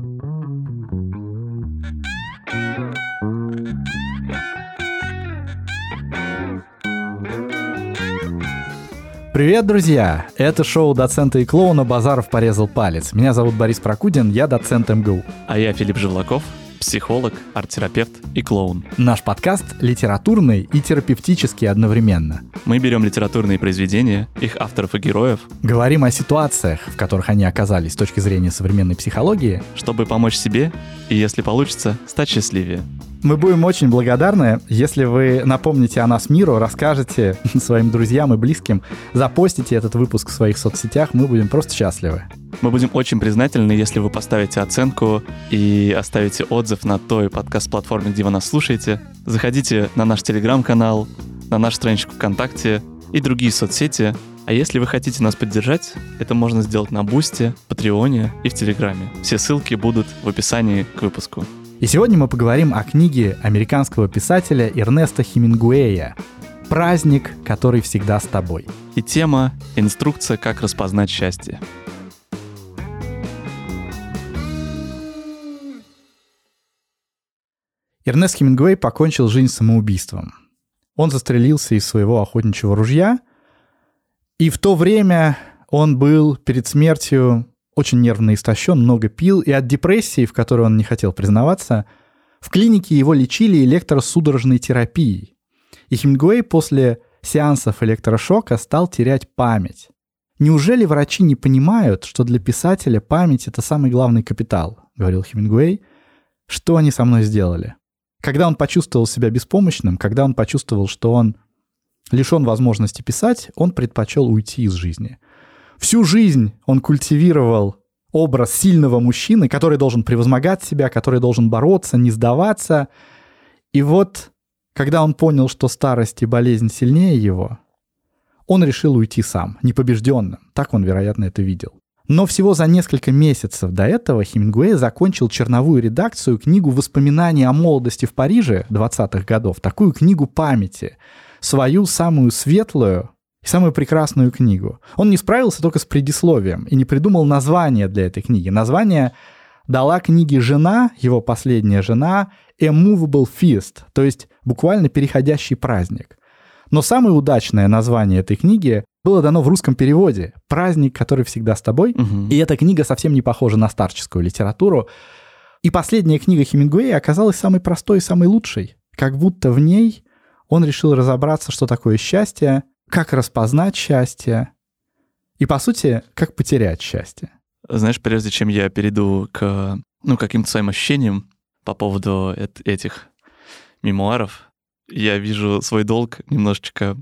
Привет, друзья! Это шоу доцента и клоуна «Базаров порезал палец». Меня зовут Борис Прокудин, я доцент МГУ. А я Филипп Живлаков, психолог, арт-терапевт и клоун. Наш подкаст литературный и терапевтический одновременно. Мы берем литературные произведения, их авторов и героев, говорим о ситуациях, в которых они оказались с точки зрения современной психологии, чтобы помочь себе и, если получится, стать счастливее. Мы будем очень благодарны, если вы напомните о нас миру, расскажете своим друзьям и близким, запостите этот выпуск в своих соцсетях, мы будем просто счастливы. Мы будем очень признательны, если вы поставите оценку и оставите отзыв на той подкаст-платформе, где вы нас слушаете. Заходите на наш телеграм-канал, на нашу страничку ВКонтакте и другие соцсети. А если вы хотите нас поддержать, это можно сделать на Бусти, Патреоне и в Телеграме. Все ссылки будут в описании к выпуску. И сегодня мы поговорим о книге американского писателя Эрнеста Хемингуэя «Праздник, который всегда с тобой». И тема «Инструкция, как распознать счастье». Эрнест Хемингуэй покончил жизнь самоубийством. Он застрелился из своего охотничьего ружья, и в то время он был перед смертью очень нервно истощен, много пил, и от депрессии, в которой он не хотел признаваться, в клинике его лечили электросудорожной терапией. И Хемингуэй после сеансов электрошока стал терять память. «Неужели врачи не понимают, что для писателя память — это самый главный капитал?» — говорил Хемингуэй. «Что они со мной сделали?» Когда он почувствовал себя беспомощным, когда он почувствовал, что он лишен возможности писать, он предпочел уйти из жизни. Всю жизнь он культивировал образ сильного мужчины, который должен превозмогать себя, который должен бороться, не сдаваться. И вот, когда он понял, что старость и болезнь сильнее его, он решил уйти сам, непобежденным. Так он, вероятно, это видел. Но всего за несколько месяцев до этого Хемингуэй закончил черновую редакцию книгу «Воспоминания о молодости в Париже» 20-х годов, такую книгу памяти, свою самую светлую и самую прекрасную книгу. Он не справился только с предисловием и не придумал название для этой книги. Название дала книге жена, его последняя жена, «A Movable Feast», то есть буквально «переходящий праздник». Но самое удачное название этой книги было дано в русском переводе «Праздник, который всегда с тобой». И эта книга совсем не похожа на старческую литературу. И последняя книга Хемингуэя оказалась самой простой и самой лучшей. Как будто в ней он решил разобраться, что такое счастье, как распознать счастье и, по сути, как потерять счастье. Знаешь, прежде чем я перейду к каким-то своим ощущениям по поводу этих мемуаров, я вижу свой долг немножечко,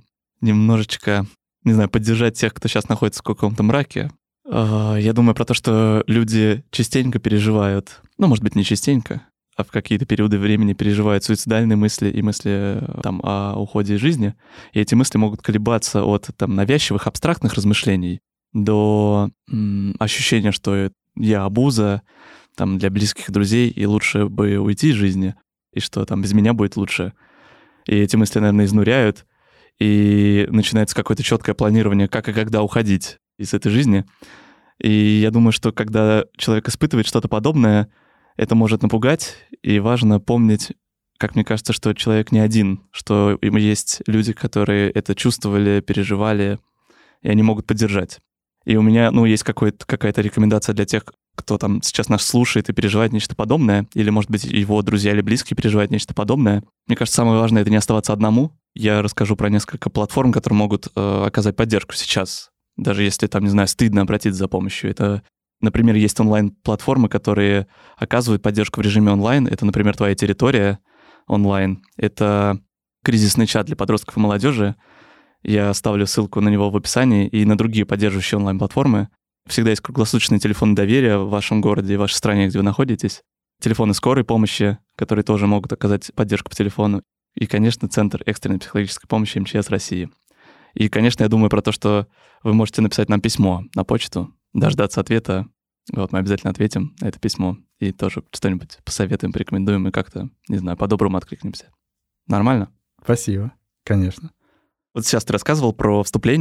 не знаю, поддержать тех, кто сейчас находится в каком-то мраке. Я думаю про то, что люди частенько переживают, может быть, не частенько, а в какие-то периоды времени переживают суицидальные мысли и мысли о уходе из жизни. И эти мысли могут колебаться от навязчивых, абстрактных размышлений до ощущения, что я обуза для близких друзей, и лучше бы уйти из жизни, и что без меня будет лучше. И эти мысли, наверное, изнуряют, и начинается какое-то четкое планирование, как и когда уходить из этой жизни. И я думаю, что когда человек испытывает что-то подобное, это может напугать, и важно помнить, как мне кажется, что человек не один, что есть люди, которые это чувствовали, переживали, и они могут поддержать. И у меня, есть какая-то рекомендация для тех, кто сейчас нас слушает и переживает нечто подобное, или, может быть, его друзья или близкие переживают нечто подобное. Мне кажется, самое важное — это не оставаться одному. Я расскажу про несколько платформ, которые могут оказать поддержку сейчас, даже если стыдно обратиться за помощью. Это, например, есть онлайн-платформы, которые оказывают поддержку в режиме онлайн. Это, например, «Твоя территория» онлайн. Это кризисный чат для подростков и молодежи. Я оставлю ссылку на него в описании и на другие поддерживающие онлайн-платформы. Всегда есть круглосуточный телефон доверия в вашем городе и в вашей стране, где вы находитесь. Телефоны скорой помощи, которые тоже могут оказать поддержку по телефону. И, конечно, Центр экстренной психологической помощи МЧС России. И, конечно, я думаю про то, что вы можете написать нам письмо на почту, дождаться ответа. Мы обязательно ответим на это письмо и тоже что-нибудь посоветуем, порекомендуем и как-то, по-доброму откликнемся. Нормально? Спасибо, конечно. Вот сейчас ты рассказывал про вступление,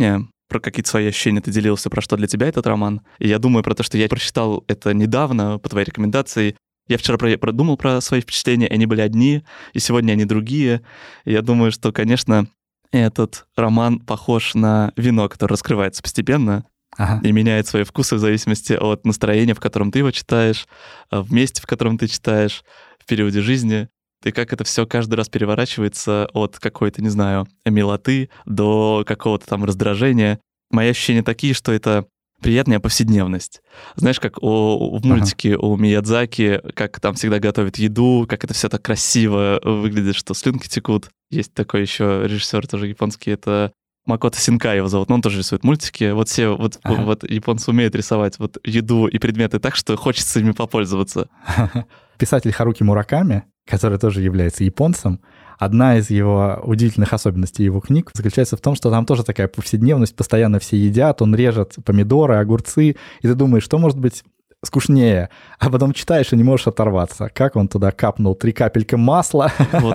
про какие-то свои ощущения ты делился, про что для тебя этот роман. И я думаю про то, что я прочитал это недавно по твоей рекомендации. Я вчера продумал про свои впечатления, они были одни, и сегодня они другие. И я думаю, что, конечно, этот роман похож на вино, которое раскрывается постепенно и меняет свои вкусы в зависимости от настроения, в котором ты его читаешь, в месте, в котором ты читаешь, в периоде жизни. И как это все каждый раз переворачивается от какой-то, не знаю, милоты до какого-то там раздражения. Мои ощущения такие, что это приятная повседневность. Знаешь, как в мультике у Миядзаки, как там всегда готовят еду, как это все так красиво выглядит, что слюнки текут. Есть такой еще режиссер тоже японский, это Макото Синкай его зовут, но он тоже рисует мультики. Вот все вот японцы умеют рисовать вот еду и предметы так, что хочется ими попользоваться. Писатель Харуки Мураками, который тоже является японцем, одна из его удивительных особенностей его книг заключается в том, что там тоже такая повседневность, постоянно все едят, он режет помидоры, огурцы, и ты думаешь, что может быть скучнее, а потом читаешь и не можешь оторваться. Как он туда капнул 3 капельки масла.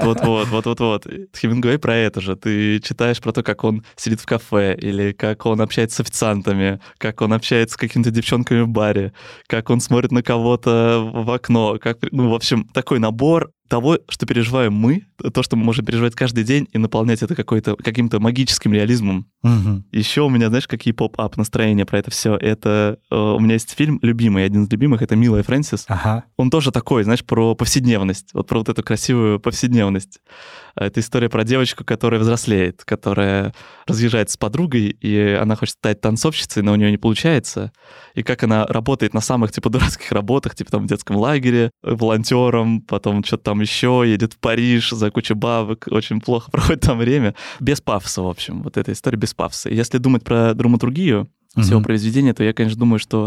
Вот. Хемингуэй про это же. Ты читаешь про то, как он сидит в кафе, или как он общается с официантами, как он общается с какими-то девчонками в баре, как он смотрит на кого-то в окно. В общем, такой набор того, что переживаем мы, то, что мы можем переживать каждый день и наполнять это каким-то магическим реализмом. Еще у меня, знаешь, какие поп-ап настроения про это все. Это у меня есть фильм любимый, один из любимых, это «Милая Фрэнсис». Он тоже такой, знаешь, про повседневность, вот про вот эту красивую повседневность. Это история про девочку, которая взрослеет, которая разъезжается с подругой, и она хочет стать танцовщицей, но у нее не получается. И как она работает на самых, дурацких работах, там в детском лагере, волонтером, потом что-то там еще, едет в Париж за кучу бабок, очень плохо проводит там время. Без пафоса, в общем, вот эта история без пафоса. И если думать про драматургию всего произведения, то я, конечно, думаю, что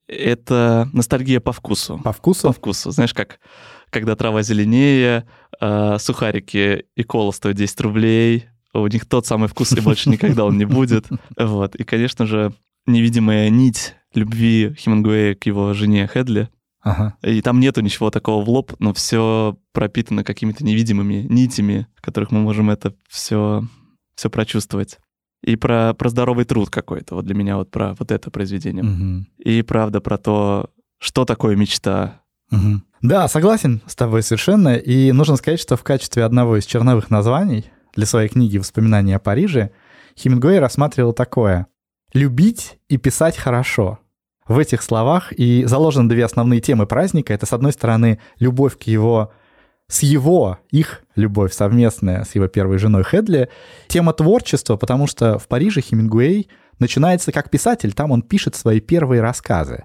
это ностальгия по вкусу. По вкусу? По вкусу. Знаешь, как когда трава зеленее, сухарики и кола стоят 10 рублей, у них тот самый вкус, и больше никогда он не будет. Вот. И, конечно же, невидимая нить любви Хемингуэя к его жене Хедли. И там нету ничего такого в лоб, но все пропитано какими-то невидимыми нитями, в которых мы можем это все прочувствовать. И про здоровый труд какой-то. Вот для меня вот про вот это произведение. И правда про то, что такое мечта. Да, согласен с тобой совершенно. И нужно сказать, что в качестве одного из черновых названий для своей книги «Воспоминания о Париже» Хемингуэй рассматривал такое: «любить и писать хорошо». В этих словах и заложены 2 основные темы праздника. Это, с одной стороны, любовь к их любовь совместная с его первой женой Хедли, тема творчества, потому что в Париже Хемингуэй начинается как писатель, там он пишет свои первые рассказы.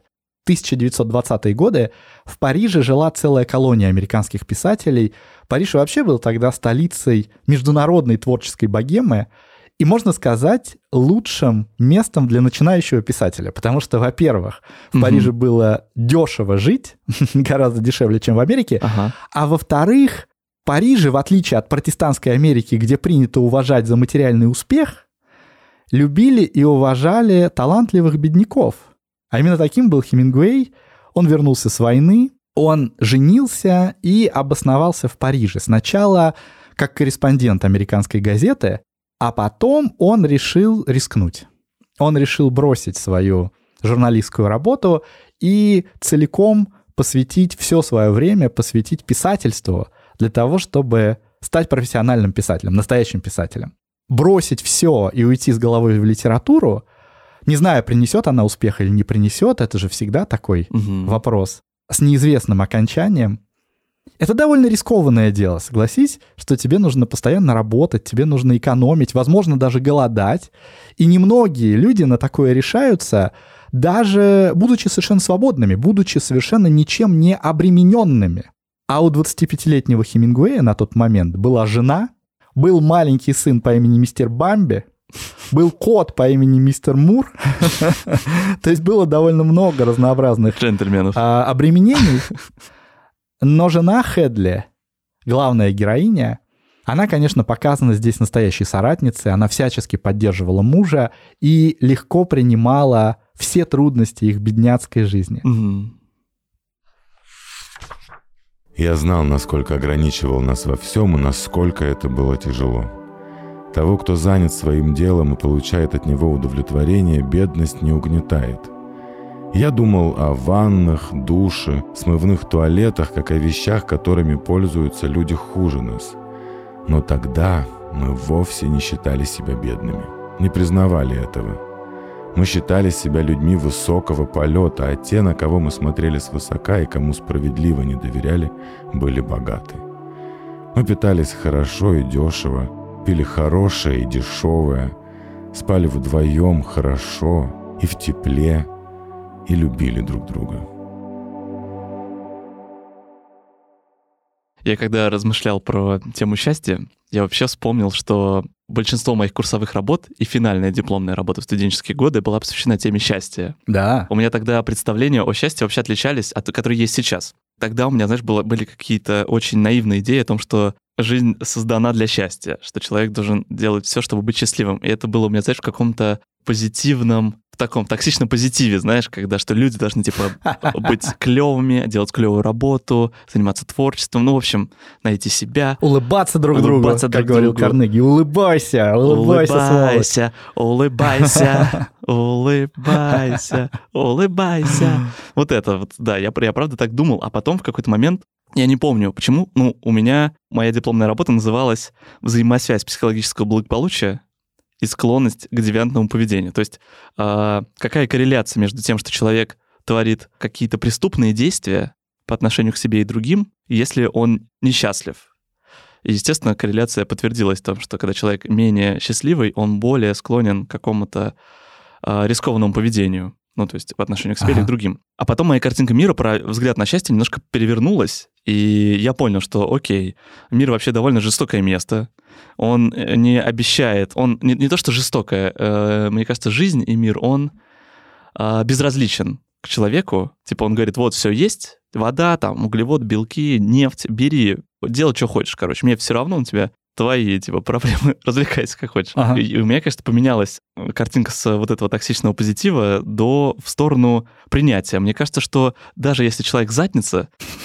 1920-е годы в Париже жила целая колония американских писателей. Париж вообще был тогда столицей международной творческой богемы, и, можно сказать, лучшим местом для начинающего писателя, потому что, во-первых, в Париже было дешево жить, гораздо дешевле, чем в Америке, а во-вторых, в Париже, в отличие от протестантской Америки, где принято уважать за материальный успех, любили и уважали талантливых бедняков. А именно таким был Хемингуэй. Он вернулся с войны, он женился и обосновался в Париже. Сначала как корреспондент американской газеты, а потом он решил рискнуть. Он решил бросить свою журналистскую работу и целиком посвятить все свое время, посвятить писательству для того, чтобы стать профессиональным писателем, настоящим писателем. Бросить все и уйти с головой в литературу, не знаю, принесет она успех или не принесет, это же всегда такой вопрос, с неизвестным окончанием. Это довольно рискованное дело, согласись, что тебе нужно постоянно работать, тебе нужно экономить, возможно, даже голодать. И немногие люди на такое решаются, даже будучи совершенно свободными, будучи совершенно ничем не обремененными. А у 25-летнего Хемингуэя на тот момент была жена, был маленький сын по имени мистер Бамби, был кот по имени мистер Мур. То есть было довольно много разнообразных джентльменов обременений. Но жена Хедли, главная героиня, она, конечно, показана здесь настоящей соратницей, она всячески поддерживала мужа и легко принимала все трудности их бедняцкой жизни. Я знал, насколько ограничивал нас во всем и насколько это было тяжело. Того, кто занят своим делом и получает от него удовлетворение, бедность не угнетает. Я думал о ваннах, душе, смывных туалетах, как о вещах, которыми пользуются люди хуже нас. Но тогда мы вовсе не считали себя бедными, не признавали этого. Мы считали себя людьми высокого полета, а те, на кого мы смотрели свысока и кому справедливо не доверяли, были богаты. Мы питались хорошо и дешево, пили хорошее и дешевое, спали вдвоем хорошо и в тепле, и любили друг друга. Я когда размышлял про тему счастья, я вообще вспомнил, что большинство моих курсовых работ и финальная дипломная работа в студенческие годы была посвящена теме счастья. Да. У меня тогда представления о счастье вообще отличались от которые есть сейчас. Тогда у меня, знаешь, были какие-то очень наивные идеи о том, что жизнь создана для счастья, что человек должен делать все, чтобы быть счастливым. И это было у меня, знаешь, в каком-то позитивном, в таком токсичном позитиве, знаешь, когда что люди должны, типа, быть клевыми, делать клевую работу, заниматься творчеством, ну, в общем, найти себя. Улыбаться друг другу, как говорил Карнеги. Улыбайся, улыбайся, улыбайся, улыбайся, улыбайся. Вот это вот, да, я правда так думал, а потом в какой-то момент, я не помню, почему, у меня моя дипломная работа называлась «Взаимосвязь психологического благополучия и склонность к девиантному поведению». То есть какая корреляция между тем, что человек творит какие-то преступные действия по отношению к себе и другим, если он несчастлив. И, естественно, корреляция подтвердилась в том, что когда человек менее счастливый, он более склонен к какому-то рискованному поведению. Ну, то есть по отношению к себе или к другим. А потом моя картинка мира про взгляд на счастье немножко перевернулась, и я понял, что, окей, мир вообще довольно жестокое место. Он не обещает, он не то что жестокое, мне кажется, жизнь и мир, он безразличен к человеку. Типа он говорит, вот все есть, вода, там, углевод, белки, нефть, бери, делай, что хочешь, короче. Мне все равно, у тебя твои, типа, проблемы, развлекайся как хочешь. Ага. И у меня, конечно, поменялась картинка с вот этого токсичного позитива в сторону принятия. Мне кажется, что даже если человек задница,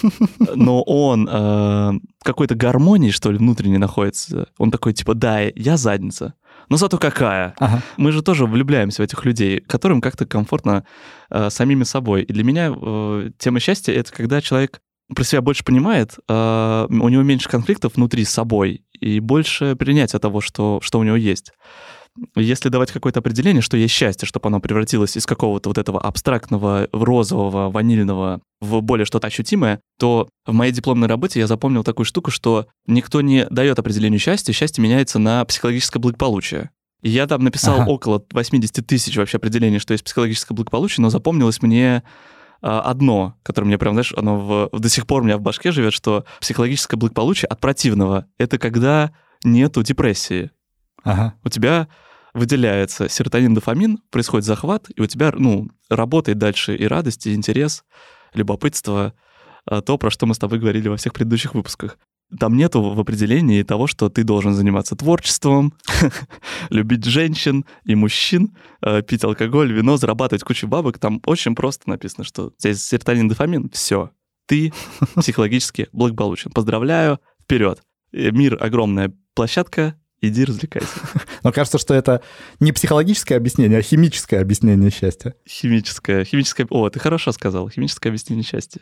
но он в какой-то гармонии, что ли, внутренней находится, он такой, типа, да, я задница, но зато какая. Ага. Мы же тоже влюбляемся в этих людей, которым как-то комфортно самими собой. И для меня тема счастья — это когда человек про себя больше понимает, у него меньше конфликтов внутри с собой и больше принятия того, что у него есть. Если давать какое-то определение, что есть счастье, чтобы оно превратилось из какого-то вот этого абстрактного, розового, ванильного в более что-то ощутимое, то в моей дипломной работе я запомнил такую штуку, что никто не дает определению счастья, счастье меняется на психологическое благополучие. И я там написал около 80 тысяч вообще определений, что есть психологическое благополучие, но запомнилось мне одно, которое мне прям, знаешь, оно до сих пор у меня в башке живет, что психологическое благополучие от противного — это когда нету депрессии. У тебя выделяется серотонин, дофамин, происходит захват, и у тебя, работает дальше и радость, и интерес, любопытство, то, про что мы с тобой говорили во всех предыдущих выпусках. Там нету в определении того, что ты должен заниматься творчеством, любить женщин и мужчин, пить алкоголь, вино, зарабатывать кучу бабок. Там очень просто написано, что здесь серотонин, дофамин, все. Ты психологически благополучен. Поздравляю, вперед. Мир — огромная площадка, иди развлекайся. Но кажется, что это не психологическое объяснение, а химическое объяснение счастья. Химическое. О, ты хорошо сказал. Химическое объяснение счастья.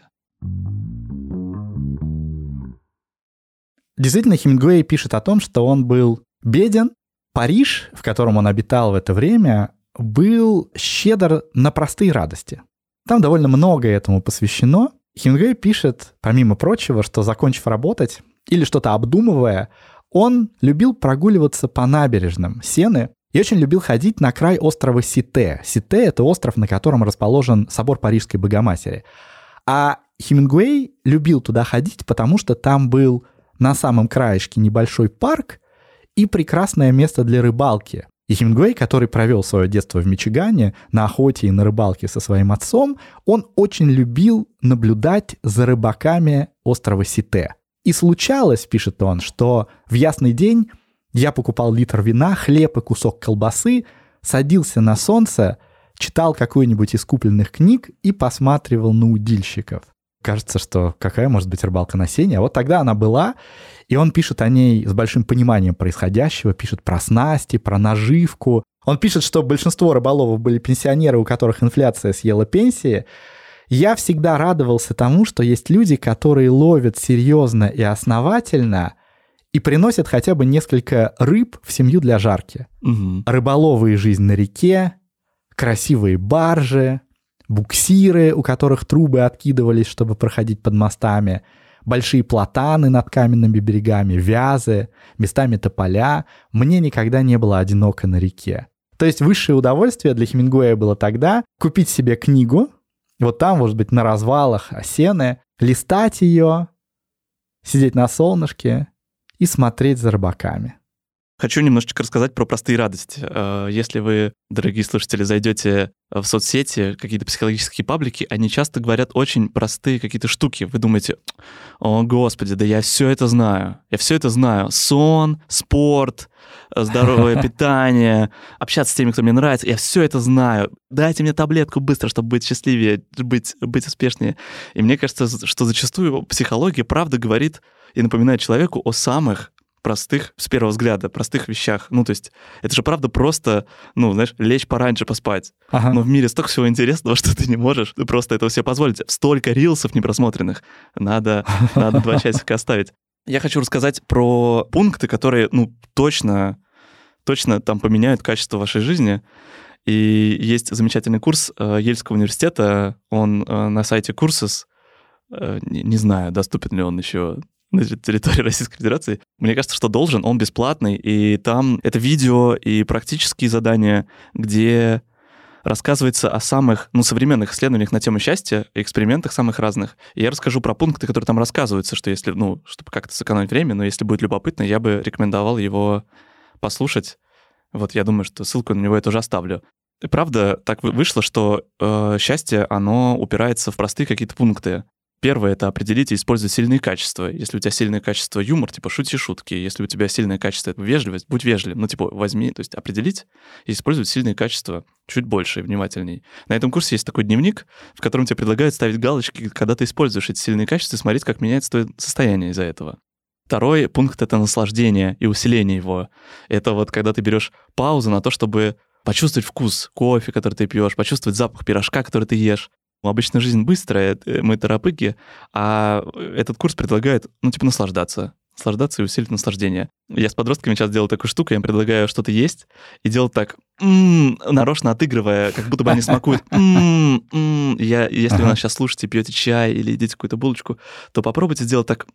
Действительно, Хемингуэй пишет о том, что он был беден. Париж, в котором он обитал в это время, был щедр на простые радости. Там довольно много этому посвящено. Хемингуэй пишет, помимо прочего, что, закончив работать или что-то обдумывая, он любил прогуливаться по набережным Сены и очень любил ходить на край острова Сите. Сите — это остров, на котором расположен собор Парижской Богоматери. А Хемингуэй любил туда ходить, потому что там был на самом краешке небольшой парк и прекрасное место для рыбалки. И Хемингуэй, который провел свое детство в Мичигане на охоте и на рыбалке со своим отцом, он очень любил наблюдать за рыбаками острова Сите. И случалось, пишет он, что в ясный день я покупал литр вина, хлеб и кусок колбасы, садился на солнце, читал какую-нибудь из купленных книг и посматривал на удильщиков. кажется, что какая может быть рыбалка на сене? А вот тогда она была, и он пишет о ней с большим пониманием происходящего, пишет про снасти, про наживку. Он пишет, что большинство рыболовов были пенсионеры, у которых инфляция съела пенсии. Я всегда радовался тому, что есть люди, которые ловят серьезно и основательно и приносят хотя бы несколько рыб в семью для жарки. Угу. Рыболовы и жизнь на реке, красивые баржи, буксиры, у которых трубы откидывались, чтобы проходить под мостами, большие платаны над каменными берегами, вязы, местами тополя. Мне никогда не было одиноко на реке. То есть высшее удовольствие для Хемингуэя было тогда купить себе книгу, вот там, может быть, на развалах осены, листать ее, сидеть на солнышке и смотреть за рыбаками. Хочу немножечко рассказать про простые радости. Если вы, дорогие слушатели, зайдете в соцсети, какие-то психологические паблики, они часто говорят очень простые какие-то штуки. Вы думаете, о, Господи, да я все это знаю. Я все это знаю. Сон, спорт, здоровое питание, общаться с теми, кто мне нравится. Я все это знаю. Дайте мне таблетку быстро, чтобы быть счастливее, быть успешнее. И мне кажется, что зачастую психология правда говорит и напоминает человеку о самых простых, с первого взгляда, простых вещах. Ну, то есть, это же правда просто, ну, знаешь, лечь пораньше поспать. Ага. Но в мире столько всего интересного, что ты не можешь просто этого себе позволить. Столько рилсов непросмотренных. Надо 2 часика оставить. Я хочу рассказать про пункты, которые, ну, точно там поменяют качество вашей жизни. И есть замечательный курс Ельского университета. Он на сайте Courses. Не знаю, доступен ли он еще на территории Российской Федерации. Мне кажется, что должен, он бесплатный, и там это видео и практические задания, где рассказывается о самых, ну, современных исследованиях на тему счастья, экспериментах самых разных. И я расскажу про пункты, которые там рассказываются, что если, ну, чтобы как-то сэкономить время, но если будет любопытно, я бы рекомендовал его послушать. Вот я думаю, что ссылку на него я тоже оставлю. И правда, так вышло, что счастье, оно упирается в простые какие-то пункты. Первое — это определить и использовать сильные качества. Если у тебя сильное качество юмор, типа шути шутки. Если у тебя сильное качество — это вежливость, будь вежливым. Ну, типа возьми, то есть определить и использовать сильные качества чуть больше и внимательней. На этом курсе есть такой дневник, в котором тебе предлагают ставить галочки, когда ты используешь эти сильные качества, и смотреть, как меняется твое состояние из-за этого. Второй пункт — это наслаждение и усиление его. Это вот когда ты берешь паузу на то, чтобы почувствовать вкус кофе, который ты пьешь, почувствовать запах пирожка, который ты ешь. Обычно жизнь быстрая, мы торопыги, а этот курс предлагает, ну, типа, наслаждаться и усилить наслаждение. Я с подростками сейчас делаю такую штуку, я им предлагаю что-то есть и делать так, нарочно отыгрывая, как будто бы они смакуют. Если вы нас сейчас слушаете, пьете чай или едите какую-то булочку, то попробуйте сделать так,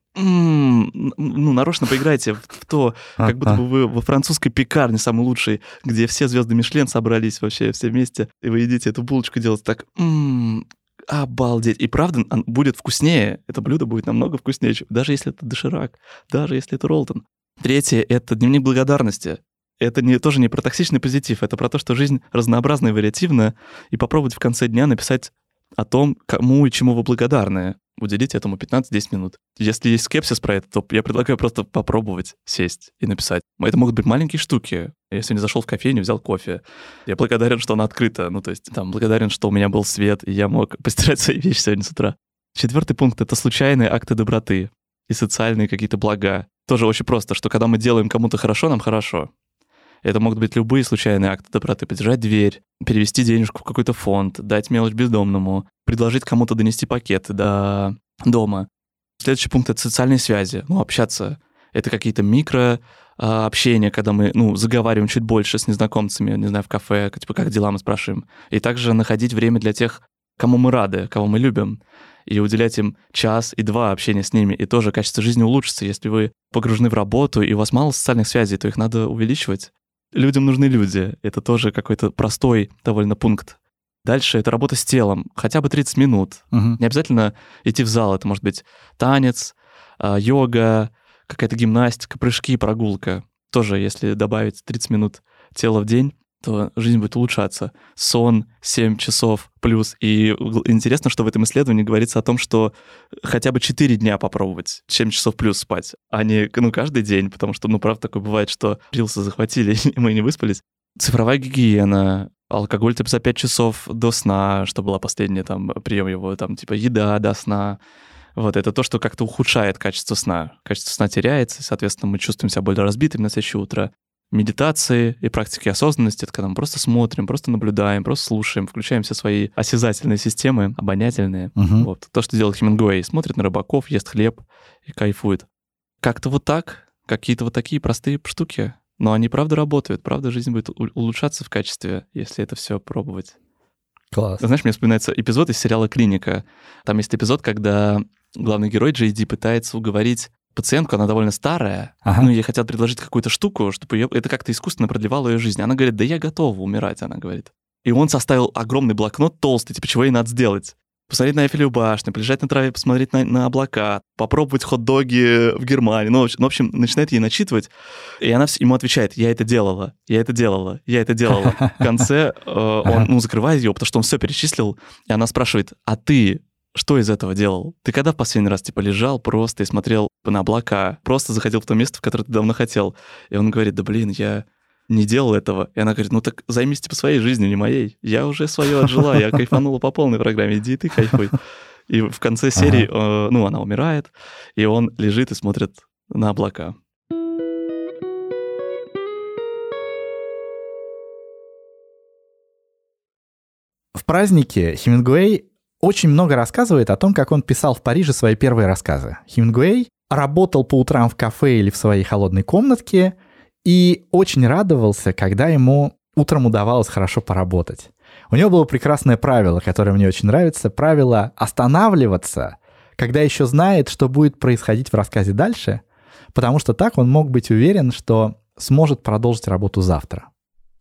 ну, нарочно поиграйте в то, как будто бы вы во французской пекарне самой лучшей, где все звезды Мишлен собрались вообще все вместе, и вы едите эту булочку, делать так, обалдеть. И правда, будет вкуснее. Это блюдо будет намного вкуснее, даже если это доширак, даже если это роллтон. Третье — это дневник благодарности. Это тоже не про токсичный позитив, это про то, что жизнь разнообразна и вариативна, и попробовать в конце дня написать о том, кому и чему вы благодарны. Уделите этому 15-10 минут. Если есть скепсис про это, то я предлагаю просто попробовать сесть и написать. Это могут быть маленькие штуки. Я сегодня зашел в кофейню, взял кофе. Я благодарен, что она открыта. Ну, то есть, там, благодарен, что у меня был свет, и я мог постирать свои вещи сегодня с утра. 4-й пункт — это случайные акты доброты и социальные какие-то блага. Тоже очень просто, что когда мы делаем кому-то хорошо, нам хорошо. Это могут быть любые случайные акты доброты. Подержать дверь, перевести денежку в какой-то фонд, дать мелочь бездомному, предложить кому-то донести пакеты до дома. Следующий пункт — это социальные связи. Ну, общаться. Это какие-то микрообщения, когда мы, ну, заговариваем чуть больше с незнакомцами, не знаю, в кафе, типа, как дела, мы спрашиваем. И также находить время для тех, кому мы рады, кого мы любим, и уделять им 1 и 2 общения с ними. И тоже качество жизни улучшится. Если вы погружены в работу, и у вас мало социальных связей, то их надо увеличивать. Людям нужны люди. Это тоже какой-то простой довольно пункт. Дальше это работа с телом. Хотя бы 30 минут. Не обязательно идти в зал. Это может быть танец, йога, какая-то гимнастика, прыжки, прогулка. Тоже, если добавить 30 минут тела в день, то жизнь будет улучшаться. Сон 7 часов плюс. И интересно, что в этом исследовании говорится о том, что хотя бы 4 дня попробовать 7 часов плюс спать, а не, ну, каждый день, потому что, ну, правда, такое бывает, что рилсы захватили, и мы не выспались. Цифровая гигиена, алкоголь типа за 5 часов до сна, что была последняя там прием его, там типа еда до сна. Вот это то, что как-то ухудшает качество сна. Качество сна теряется, и, соответственно, мы чувствуем себя более разбитыми на следующее утро. Медитации и практики осознанности — это когда мы просто смотрим, просто наблюдаем, просто слушаем, включаем все свои осязательные системы, обонятельные. Вот. То, что делает Хемингуэй. Смотрит на рыбаков, ест хлеб и кайфует. Как-то вот так, какие-то вот такие простые штуки. Но они правда работают, правда жизнь будет улучшаться в качестве, если это все пробовать. Класс. Знаешь, мне вспоминается эпизод из сериала «Клиника». Там есть эпизод, когда главный герой Джей Ди пытается уговорить пациентку, она довольно старая, ей хотят предложить какую-то штуку, чтобы это как-то искусственно продлевало ее жизнь. Она говорит, да я готова умирать, она говорит. И он составил огромный блокнот толстый, типа, чего ей надо сделать. Посмотреть на Эйфелеву башню, полежать на траве, посмотреть на облака, попробовать хот-доги в Германии. Ну, в общем, начинает ей начитывать, и она ему отвечает, я это делала. В конце он закрывает ее, потому что он все перечислил, и она спрашивает, а ты что из этого делал? Ты когда в последний раз типа лежал просто и смотрел на облака, просто заходил в то место, в которое ты давно хотел? И он говорит, да блин, я не делал этого. И она говорит, ну так займись типа своей жизнью, не моей. Я уже свое отжила, я кайфанула по полной программе, иди ты кайфуй. И в конце серии, она умирает, и он лежит и смотрит на облака. В празднике Хемингуэй очень много рассказывает о том, как он писал в Париже свои первые рассказы. Хемингуэй работал по утрам в кафе или в своей холодной комнатке и очень радовался, когда ему утром удавалось хорошо поработать. У него было прекрасное правило, которое мне очень нравится, правило останавливаться, когда еще знает, что будет происходить в рассказе дальше, потому что так он мог быть уверен, что сможет продолжить работу завтра.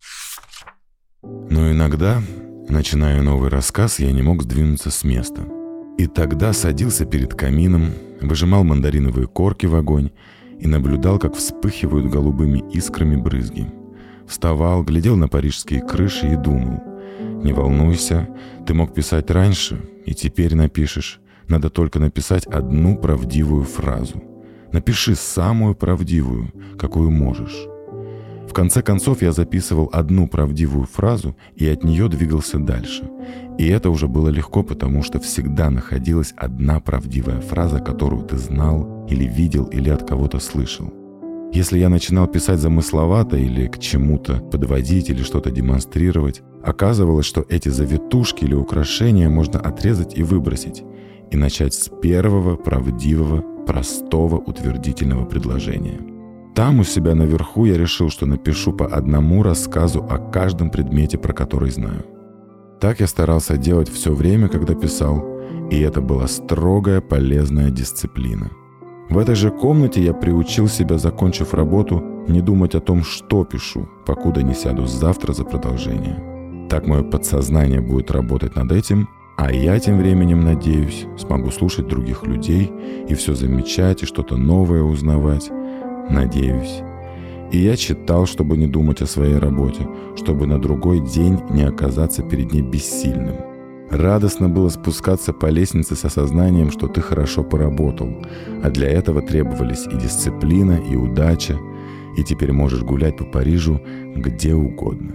Но иногда, начиная новый рассказ, я не мог сдвинуться с места. И тогда садился перед камином, выжимал мандариновые корки в огонь и наблюдал, как вспыхивают голубыми искрами брызги. Вставал, глядел на парижские крыши и думал: «Не волнуйся, ты мог писать раньше, и теперь напишешь. Надо только написать одну правдивую фразу. Напиши самую правдивую, какую можешь». В конце концов я записывал одну правдивую фразу и от нее двигался дальше. И это уже было легко, потому что всегда находилась одна правдивая фраза, которую ты знал или видел, или от кого-то слышал. Если я начинал писать замысловато или к чему-то подводить или что-то демонстрировать, оказывалось, что эти завитушки или украшения можно отрезать и выбросить, и начать с первого правдивого, простого утвердительного предложения. Там у себя наверху я решил, что напишу по одному рассказу о каждом предмете, про который знаю. Так я старался делать все время, когда писал, и это была строгая, полезная дисциплина. В этой же комнате я приучил себя, закончив работу, не думать о том, что пишу, покуда не сяду завтра за продолжение. Так мое подсознание будет работать над этим, а я тем временем, надеюсь, смогу слушать других людей и все замечать, и что-то новое узнавать. Надеюсь. И я читал, чтобы не думать о своей работе, чтобы на другой день не оказаться перед ней бессильным. Радостно было спускаться по лестнице с осознанием, что ты хорошо поработал, а для этого требовались и дисциплина, и удача, и теперь можешь гулять по Парижу где угодно.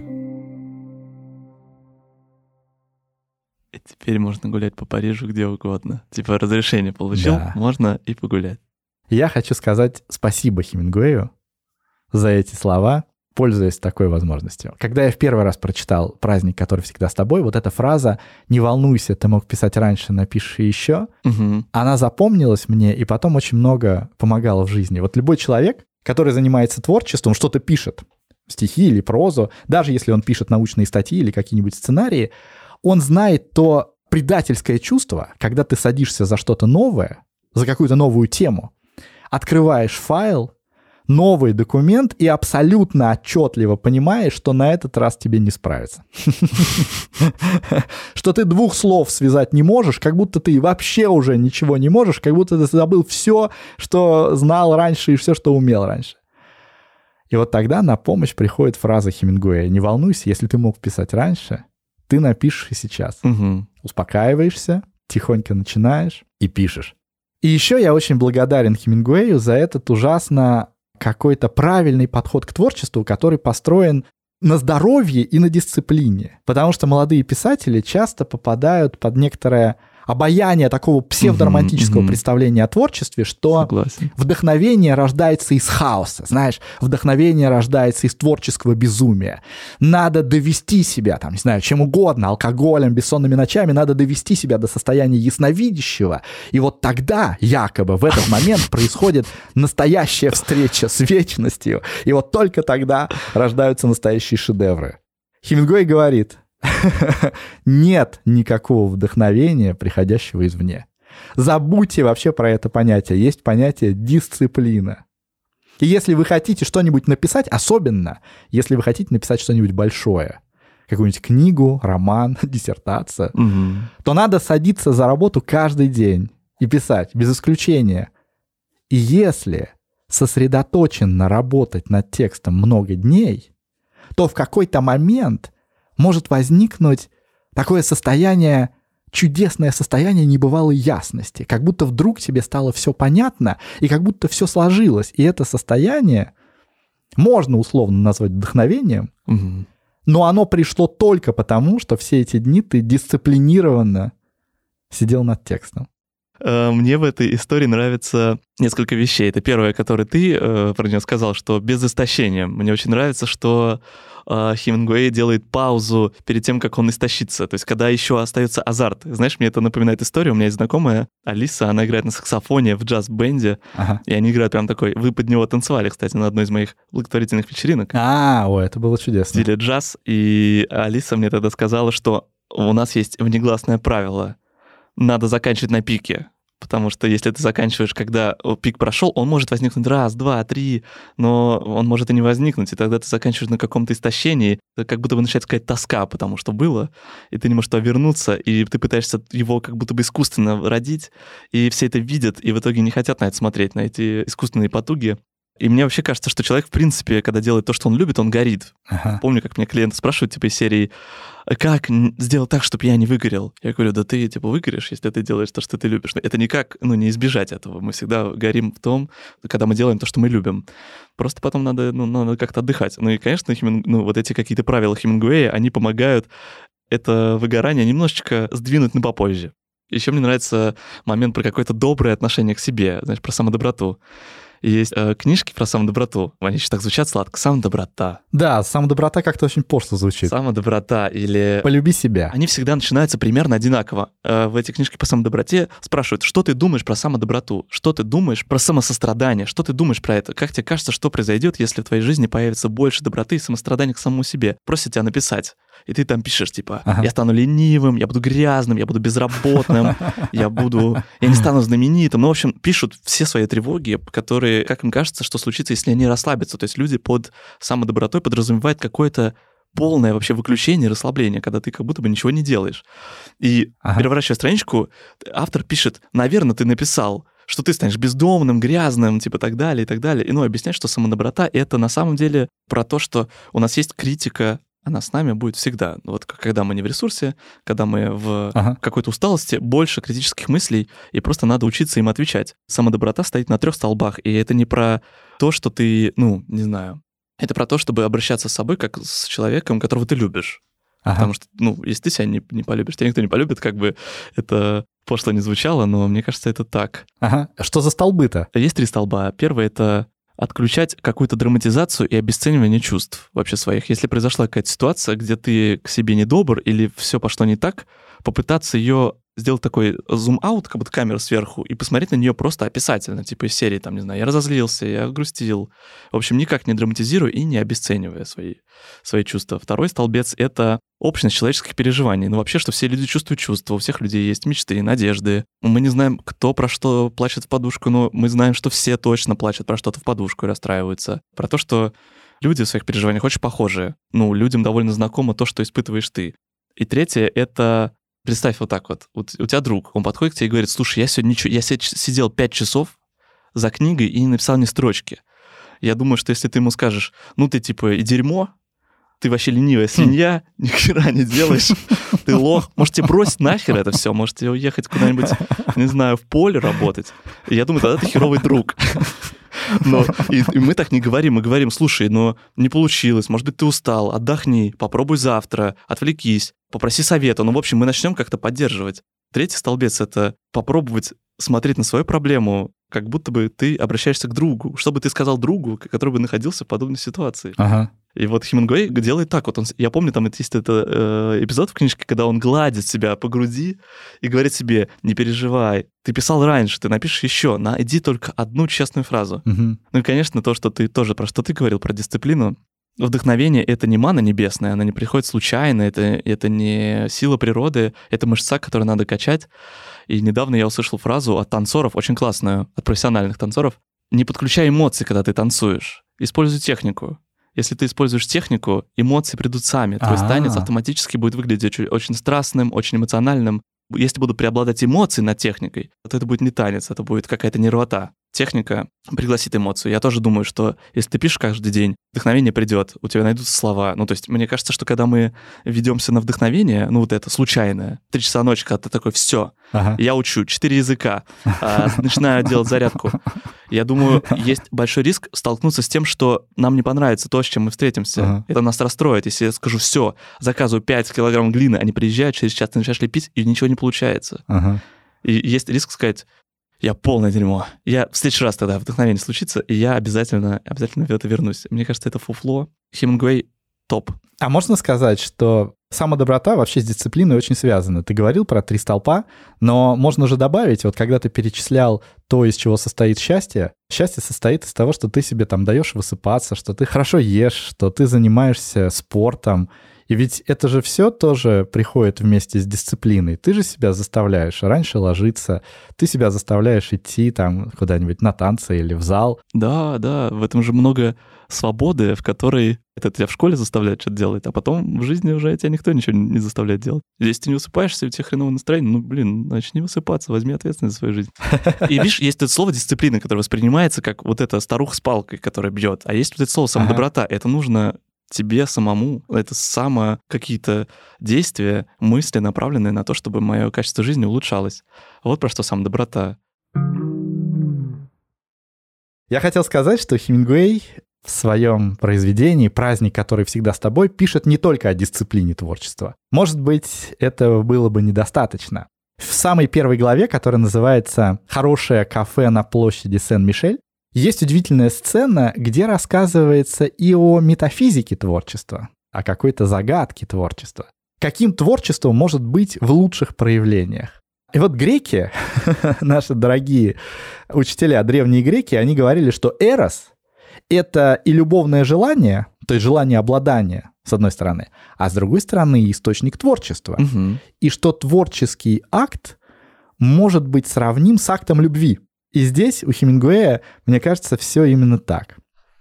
И теперь можно гулять по Парижу где угодно. Типа разрешение получил, да. Можно и погулять. Я хочу сказать спасибо Хемингуэю за эти слова, пользуясь такой возможностью. Когда я в первый раз прочитал «Праздник, который всегда с тобой», вот эта фраза «Не волнуйся, ты мог писать раньше, напиши еще», она запомнилась мне и потом очень много помогала в жизни. Вот любой человек, который занимается творчеством, что-то пишет, стихи или прозу, даже если он пишет научные статьи или какие-нибудь сценарии, он знает то предательское чувство, когда ты садишься за что-то новое, за какую-то новую тему, открываешь файл, новый документ и абсолютно отчетливо понимаешь, что на этот раз тебе не справиться. Что ты двух слов связать не можешь, как будто ты вообще уже ничего не можешь, как будто ты забыл все, что знал раньше и все, что умел раньше. И вот тогда на помощь приходит фраза Хемингуэя: «Не волнуйся, если ты мог писать раньше, ты напишешь и сейчас». Успокаиваешься, тихонько начинаешь и пишешь. И еще я очень благодарен Хемингуэю за этот ужасно какой-то правильный подход к творчеству, который построен на здоровье и на дисциплине. Потому что молодые писатели часто попадают под некоторое обаяние такого псевдоромантического представления о творчестве, что Согласен. вдохновение рождается из хаоса, знаешь, вдохновение рождается из творческого безумия. Надо довести себя, там, не знаю, чем угодно, алкоголем, бессонными ночами, надо довести себя до состояния ясновидящего, и вот тогда, якобы, в этот момент происходит настоящая встреча с вечностью, и вот только тогда рождаются настоящие шедевры. Хемингуэй говорит: нет никакого вдохновения, приходящего извне. Забудьте вообще про это понятие. Есть понятие дисциплина. И если вы хотите что-нибудь написать, особенно если вы хотите написать что-нибудь большое, какую-нибудь книгу, роман, диссертацию, то надо садиться за работу каждый день и писать, без исключения. И если сосредоточенно работать над текстом много дней, то в какой-то момент может возникнуть такое состояние, чудесное состояние небывалой ясности, как будто вдруг тебе стало все понятно, и как будто все сложилось. И это состояние можно условно назвать вдохновением, но оно пришло только потому, что все эти дни ты дисциплинированно сидел над текстом. Мне в этой истории нравится несколько вещей. Это первое, которое ты про нее сказал, что без истощения. Мне очень нравится, что Хемингуэй делает паузу перед тем, как он истощится. То есть, когда еще остается азарт. Знаешь, мне это напоминает историю. У меня есть знакомая Алиса, она играет на саксофоне в джаз-бенде, и они играют прям такой... Вы под него танцевали, кстати, на одной из моих благотворительных вечеринок. Это было чудесно. В стиле джаз. И Алиса мне тогда сказала, что у нас есть внегласное правило. Надо заканчивать на пике. Потому что если ты заканчиваешь, когда пик прошел, он может возникнуть раз, два, три, но он может и не возникнуть, и тогда ты заканчиваешь на каком-то истощении, как будто бы начинается какая-то тоска, потому что было, и ты не можешь туда вернуться, и ты пытаешься его как будто бы искусственно родить, и все это видят, и в итоге не хотят на это смотреть, на эти искусственные потуги. И мне вообще кажется, что человек, в принципе, когда делает то, что он любит, он горит. Помню, как меня клиенты спрашивают, типа, из серии: как сделать так, чтобы я не выгорел? Я говорю: да ты, типа, выгоришь, если ты делаешь то, что ты любишь. Но это никак, не избежать этого. Мы всегда горим в том, когда мы делаем то, что мы любим. Просто потом надо как-то отдыхать. И, конечно, вот эти какие-то правила Хемингуэя, они помогают это выгорание немножечко сдвинуть на попозже. Еще мне нравится момент про какое-то доброе отношение к себе, знаешь, про самодоброту. Есть книжки про самодоброту. Они еще так звучат сладко. Самодоброта. Да, самодоброта как-то очень пошло звучит. Самодоброта или... Полюби себя. Они всегда начинаются примерно одинаково. В этих книжках по самодоброте спрашивают, что ты думаешь про самодоброту, что ты думаешь про самосострадание, что ты думаешь про это, как тебе кажется, что произойдет, если в твоей жизни появится больше доброты и самострадания к самому себе. Просят тебя написать. И ты там пишешь, типа, я стану ленивым, я буду грязным, я буду безработным, я не стану знаменитым. В общем, пишут все свои тревоги, которые, как им кажется, что случится, если они расслабятся. То есть люди под самодобротой подразумевают какое-то полное вообще выключение, расслабление, когда ты как будто бы ничего не делаешь. И переворачивая страничку, автор пишет: наверное, ты написал, что ты станешь бездомным, грязным, типа так далее, и так далее. И объясняет, что самодоброта — это на самом деле про то, что у нас есть критика, она с нами будет всегда. Вот когда мы не в ресурсе, когда мы в какой-то усталости, больше критических мыслей, и просто надо учиться им отвечать. Самодоброта стоит на 3 столбах, и это не про то, что ты, не знаю, это про то, чтобы обращаться с собой как с человеком, которого ты любишь. Потому что, если ты себя не полюбишь, тебя никто не полюбит, как бы это пошло не звучало, но мне кажется, это так. Что за столбы-то? Есть 3 столба. Первый — это отключать какую-то драматизацию и обесценивание чувств вообще своих. Если произошла какая-то ситуация, где ты к себе недобр или все пошло не так, попытаться ее сделать такой зум-аут, как будто камера сверху, и посмотреть на нее просто описательно, типа из серии, там, не знаю, я разозлился, я грустил. В общем, никак не драматизируя и не обесценивая свои чувства. Второй столбец — это общность человеческих переживаний. Вообще, что все люди чувствуют чувства, у всех людей есть мечты, надежды. Мы не знаем, кто про что плачет в подушку, но мы знаем, что все точно плачут про что-то в подушку и расстраиваются. Про то, что люди в своих переживаниях очень похожи. Людям довольно знакомо то, что испытываешь ты. И третье — это... Представь вот так вот. У тебя друг, он подходит к тебе и говорит: слушай, я сидел 5 часов за книгой и не написал ни строчки. Я думаю, что если ты ему скажешь: ты типа и дерьмо, ты вообще ленивая свинья, ни хера не делаешь, ты лох, может тебе бросить нахер это все, может тебе уехать куда-нибудь, не знаю, в поле работать. И я думаю, тогда ты херовый друг. И мы так не говорим. Мы говорим, слушай, но не получилось, может быть, ты устал, отдохни, попробуй завтра, отвлекись, попроси совета. В общем, мы начнем как-то поддерживать. Третий столбец — это попробовать смотреть на свою проблему, как будто бы ты обращаешься к другу. Что бы ты сказал другу, который бы находился в подобной ситуации? Ага. И вот Хемингуэй делает так. Вот я помню, там есть эпизод в книжке, когда он гладит себя по груди и говорит себе: не переживай, ты писал раньше, ты напишешь еще, найди только одну честную фразу. Угу. Ну и, конечно, то, что ты тоже, про что ты говорил, про дисциплину. Вдохновение — это не манна небесная, она не приходит случайно, это не сила природы, это мышца, которую надо качать. И недавно я услышал фразу от танцоров, очень классную, от профессиональных танцоров: не подключай эмоции, когда ты танцуешь, используй технику. Если ты используешь технику, эмоции придут сами. Твой танец автоматически будет выглядеть очень страстным, очень эмоциональным. Если будут преобладать эмоции над техникой, то это будет не танец, это будет какая-то нервота. Техника пригласит эмоцию. Я тоже думаю, что если ты пишешь каждый день, вдохновение придет, у тебя найдутся слова. Ну, то есть, мне кажется, что когда мы ведемся на вдохновение, ну, вот это случайное, 3 часа ночи, когда ты такой: все, я учу 4 языка, начинаю делать зарядку. Я думаю, есть большой риск столкнуться с тем, что нам не понравится то, с чем мы встретимся. Это нас расстроит. Если я скажу: все, заказываю 5 килограмм глины, они приезжают, через час ты начинаешь лепить, и ничего не получается. И есть риск сказать: я полное дерьмо. Я в следующий раз тогда вдохновение случится, и я обязательно в это вернусь. Мне кажется, это фуфло. Хемингуэй топ. А можно сказать, что самодоброта вообще с дисциплиной очень связана? Ты говорил про 3 столпа, но можно же добавить, вот когда ты перечислял то, из чего состоит счастье, счастье состоит из того, что ты себе там даешь высыпаться, что ты хорошо ешь, что ты занимаешься спортом. И ведь это же все тоже приходит вместе с дисциплиной. Ты же себя заставляешь раньше ложиться, ты себя заставляешь идти там куда-нибудь на танцы или в зал. Да, в этом же много свободы, в которой это тебя в школе заставляют что-то делать, а потом в жизни уже тебя никто ничего не заставляет делать. Если ты не высыпаешься, у тебя хреновое настроение, начни высыпаться, возьми ответственность за свою жизнь. И видишь, есть это слово дисциплина, которое воспринимается как вот эта старуха с палкой, которая бьет, а есть вот это слово самодоброта. Это нужно тебе самому. Это само какие-то действия, мысли, направленные на то, чтобы мое качество жизни улучшалось. Вот про что самодоброта. Я хотел сказать, что Хемингуэй в своем произведении «Праздник, который всегда с тобой» пишет не только о дисциплине творчества. Может быть, этого было бы недостаточно. В самой первой главе, которая называется «Хорошее кафе на площади Сен-Мишель», есть удивительная сцена, где рассказывается и о метафизике творчества, о какой-то загадке творчества. Каким творчество может быть в лучших проявлениях? И вот греки, наши дорогие учителя, древние греки, они говорили, что эрос — это и любовное желание, то есть желание обладания, с одной стороны, а с другой стороны источник творчества. И что творческий акт может быть сравним с актом любви. И здесь у Хемингуэя, мне кажется, все именно так.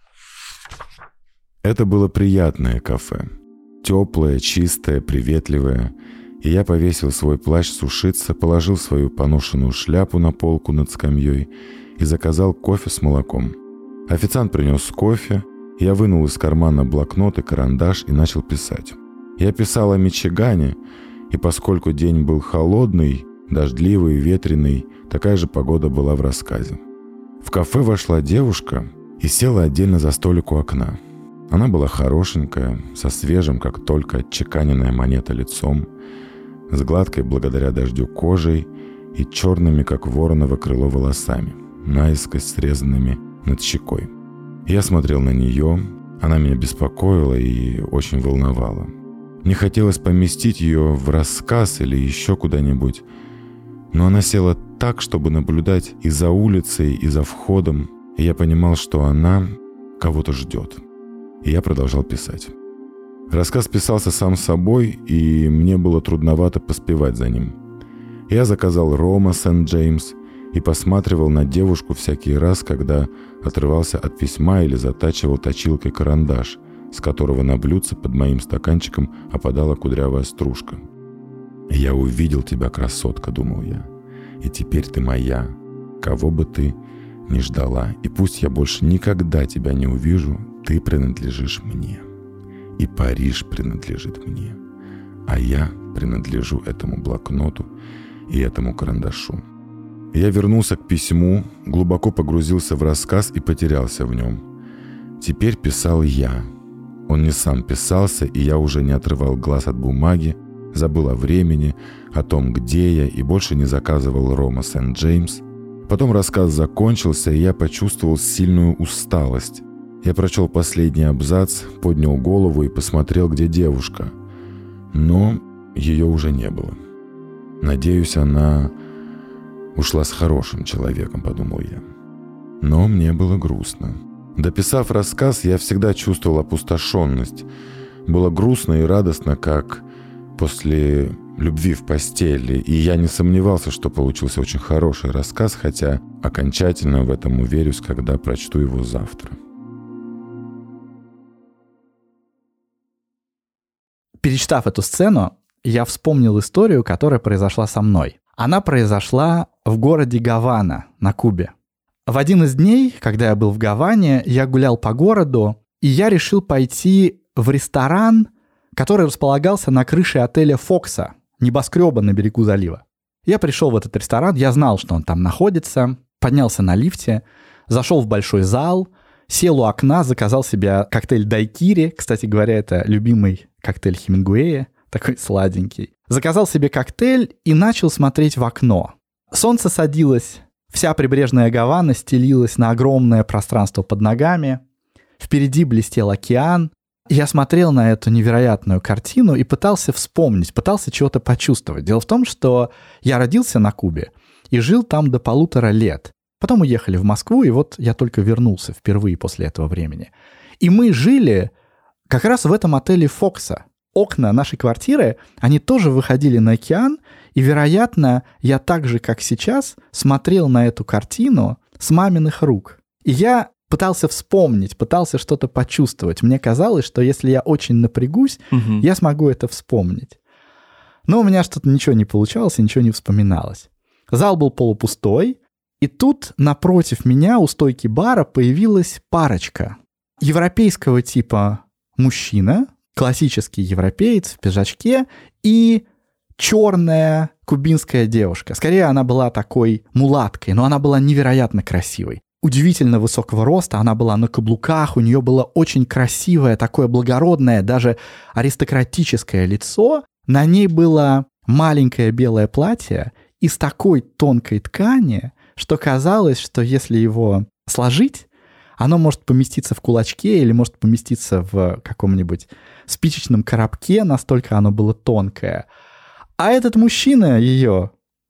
Это было приятное кафе. Теплое, чистое, приветливое. И я повесил свой плащ сушиться, положил свою поношенную шляпу на полку над скамьей и заказал кофе с молоком. Официант принес кофе, я вынул из кармана блокнот и карандаш и начал писать. Я писал о Мичигане, и поскольку день был холодный, дождливый, ветреный, такая же погода была в рассказе. В кафе вошла девушка и села отдельно за столик у окна. Она была хорошенькая, со свежим, как только отчеканенная монета, лицом, с гладкой благодаря дождю кожей и черными, как вороново крыло, волосами, наискось срезанными над щекой. Я смотрел на нее, она меня беспокоила и очень волновала. Мне хотелось поместить ее в рассказ или еще куда-нибудь, но она села так, чтобы наблюдать и за улицей, и за входом, и я понимал, что она кого-то ждет. И я продолжал писать. Рассказ писался сам собой, и мне было трудновато поспевать за ним. Я заказал рома Сент-Джеймс и посматривал на девушку всякий раз, когда отрывался от письма или затачивал точилкой карандаш, с которого на блюдце под моим стаканчиком опадала кудрявая стружка. «Я увидел тебя, красотка», — думал я, — «и теперь ты моя, кого бы ты ни ждала, и пусть я больше никогда тебя не увижу, ты принадлежишь мне, и Париж принадлежит мне, а я принадлежу этому блокноту и этому карандашу. Я вернулся к письму, глубоко погрузился в рассказ и потерялся в нем. Теперь писал я. Он не сам писался, и я уже не отрывал глаз от бумаги, забыл о времени, о том, где я, и больше не заказывал рома Сент-Джеймс. Потом рассказ закончился, и я почувствовал сильную усталость. Я прочел последний абзац, поднял голову и посмотрел, где девушка. Но ее уже не было. Надеюсь, она ушла с хорошим человеком, подумал я. Но мне было грустно. Дописав рассказ, я всегда чувствовал опустошенность. Было грустно и радостно, как после любви в постели. И я не сомневался, что получился очень хороший рассказ, хотя окончательно в этом уверюсь, когда прочту его завтра. Перечитав эту сцену, я вспомнил историю, которая произошла со мной. Она произошла в городе Гавана на Кубе. В один из дней, когда я был в Гаване, я гулял по городу, и я решил пойти в ресторан, который располагался на крыше отеля «Фокса», небоскреба на берегу залива. Я пришел в этот ресторан, я знал, что он там находится, поднялся на лифте, зашел в большой зал, сел у окна, заказал себе коктейль дайкири. Кстати говоря, это любимый коктейль Хемингуэя, такой сладенький. Заказал себе коктейль и начал смотреть в окно. Солнце садилось, вся прибрежная Гавана стелилась на огромное пространство под ногами. Впереди блестел океан. Я смотрел на эту невероятную картину и пытался вспомнить, пытался чего-то почувствовать. Дело в том, что я родился на Кубе и жил там до 1,5 лет. Потом уехали в Москву, и вот я только вернулся впервые после этого времени. И мы жили как раз в этом отеле «Фокса». Окна нашей квартиры, они тоже выходили на океан, и, вероятно, я так же, как сейчас, смотрел на эту картину с маминых рук. И я пытался вспомнить, пытался что-то почувствовать. Мне казалось, что если я очень напрягусь, я смогу это вспомнить. Но у меня что-то ничего не получалось и ничего не вспоминалось. Зал был полупустой, и тут напротив меня у стойки бара появилась парочка. Европейского типа мужчина, классический европеец в пиджачке, и черная кубинская девушка. Скорее, она была такой мулаткой, но она была невероятно красивой. Удивительно высокого роста, она была на каблуках, у нее было очень красивое, такое благородное, даже аристократическое лицо. На ней было маленькое белое платье из такой тонкой ткани, что казалось, что если его сложить, оно может поместиться в кулачке или может поместиться в каком-нибудь спичечном коробке, настолько оно было тонкое. А этот мужчина ее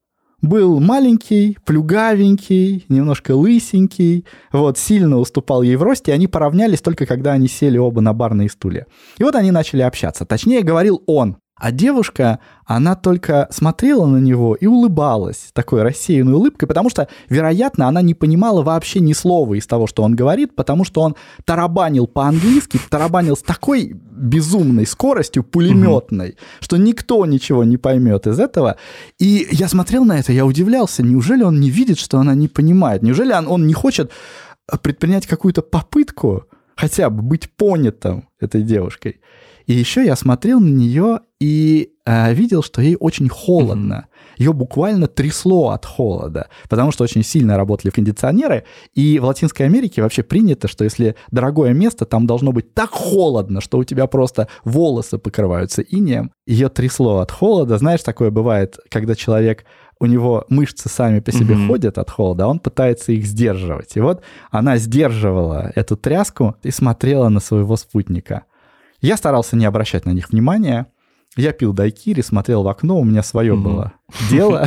был маленький, плюгавенький, немножко лысенький, вот, сильно уступал ей в росте, и они поравнялись только когда они сели оба на барные стулья. И вот они начали общаться. Точнее, говорил он. А девушка, она только смотрела на него и улыбалась такой рассеянной улыбкой, потому что, вероятно, она не понимала вообще ни слова из того, что он говорит, потому что он тарабанил по-английски, тарабанил с такой безумной скоростью, пулеметной, что никто ничего не поймет из этого. И я смотрел на это, я удивлялся, неужели он не видит, что она не понимает? Неужели он не хочет предпринять какую-то попытку хотя бы быть понятым этой девушкой? И еще я смотрел на нее и видел, что ей очень холодно. Ее буквально трясло от холода, потому что очень сильно работали кондиционеры. И в Латинской Америке вообще принято, что если дорогое место, там должно быть так холодно, что у тебя просто волосы покрываются инеем. Ее трясло от холода. Знаешь, такое бывает, когда человек, у него мышцы сами по себе ходят от холода, а он пытается их сдерживать. И вот она сдерживала эту тряску и смотрела на своего спутника. Я старался не обращать на них внимания. Я пил дайкири, смотрел в окно, у меня свое было дело.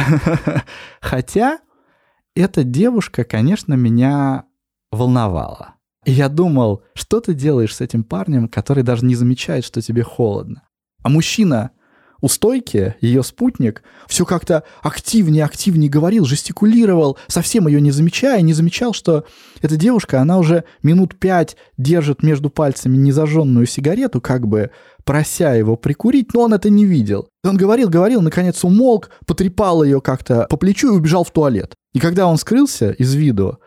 Хотя эта девушка, конечно, меня волновала. И я думал, что ты делаешь с этим парнем, который даже не замечает, что тебе холодно. А мужчина у стойки, ее спутник, все как-то активнее говорил, жестикулировал, совсем ее не замечая, не замечал, что эта девушка, она уже минут 5 держит между пальцами незажженную сигарету, как бы прося его прикурить, но он это не видел. Он говорил, наконец умолк, потрепал ее как-то по плечу и убежал в туалет. И когда он скрылся из виду,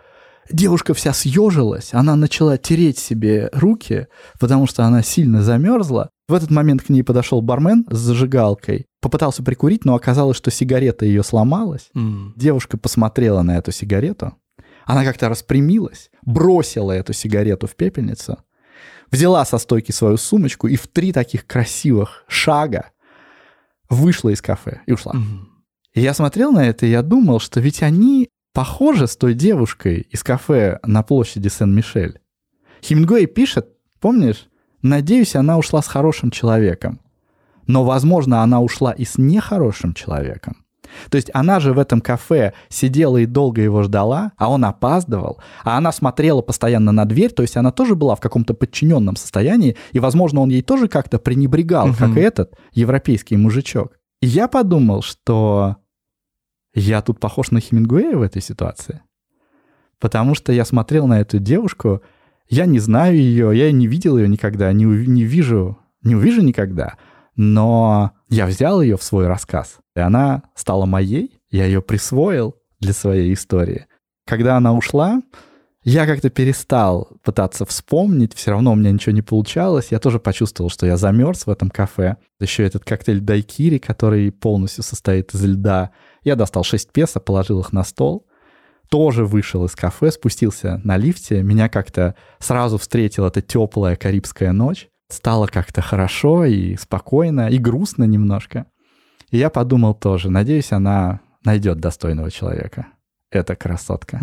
девушка вся съежилась, она начала тереть себе руки, потому что она сильно замерзла. В этот момент к ней подошел бармен с зажигалкой, попытался прикурить, но оказалось, что сигарета ее сломалась. Девушка посмотрела на эту сигарету, она как-то распрямилась, бросила эту сигарету в пепельницу, взяла со стойки свою сумочку и в 3 таких красивых шага вышла из кафе и ушла. И я смотрел на это, и я думал, что ведь они похожи с той девушкой из кафе на площади Сен-Мишель. Хемингуэй пишет, помнишь, «Надеюсь, она ушла с хорошим человеком». Но, возможно, она ушла и с нехорошим человеком. То есть она же в этом кафе сидела и долго его ждала, а он опаздывал, а она смотрела постоянно на дверь, то есть она тоже была в каком-то подчиненном состоянии, и, возможно, он ей тоже как-то пренебрегал, как и этот европейский мужичок. И я подумал, что я тут похож на Хемингуэя в этой ситуации, потому что я смотрел на эту девушку, я не знаю ее, я не видел ее никогда, не увижу никогда, но я взял ее в свой рассказ, и она стала моей, я ее присвоил для своей истории. Когда она ушла, я как-то перестал пытаться вспомнить, все равно у меня ничего не получалось. Я тоже почувствовал, что я замерз в этом кафе. Еще этот коктейль дайкири, который полностью состоит из льда. Я достал 6 песо, положил их на стол. Тоже вышел из кафе, спустился на лифте. Меня как-то сразу встретила эта теплая карибская ночь. Стало как-то хорошо и спокойно, и грустно немножко. И я подумал тоже, надеюсь, она найдет достойного человека. Эта красотка.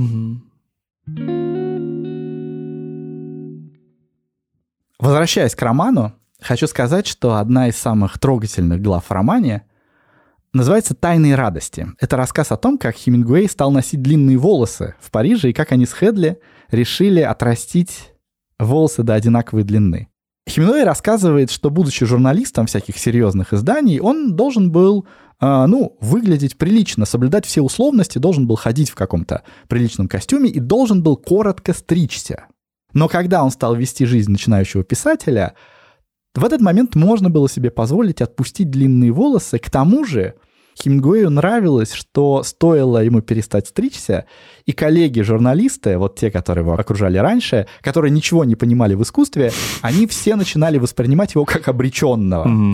Возвращаясь к роману, хочу сказать, что одна из самых трогательных глав в романе называется «Тайные радости». Это рассказ о том, как Хемингуэй стал носить длинные волосы в Париже и как они с Хедли решили отрастить волосы до одинаковой длины. Хемингуэй рассказывает, что, будучи журналистом всяких серьезных изданий, он должен был выглядеть прилично, соблюдать все условности, должен был ходить в каком-то приличном костюме и должен был коротко стричься. Но когда он стал вести жизнь начинающего писателя, в этот момент можно было себе позволить отпустить длинные волосы. К тому же Хемингуэю нравилось, что стоило ему перестать стричься, и коллеги-журналисты, вот те, которые его окружали раньше, которые ничего не понимали в искусстве, они все начинали воспринимать его как обреченного.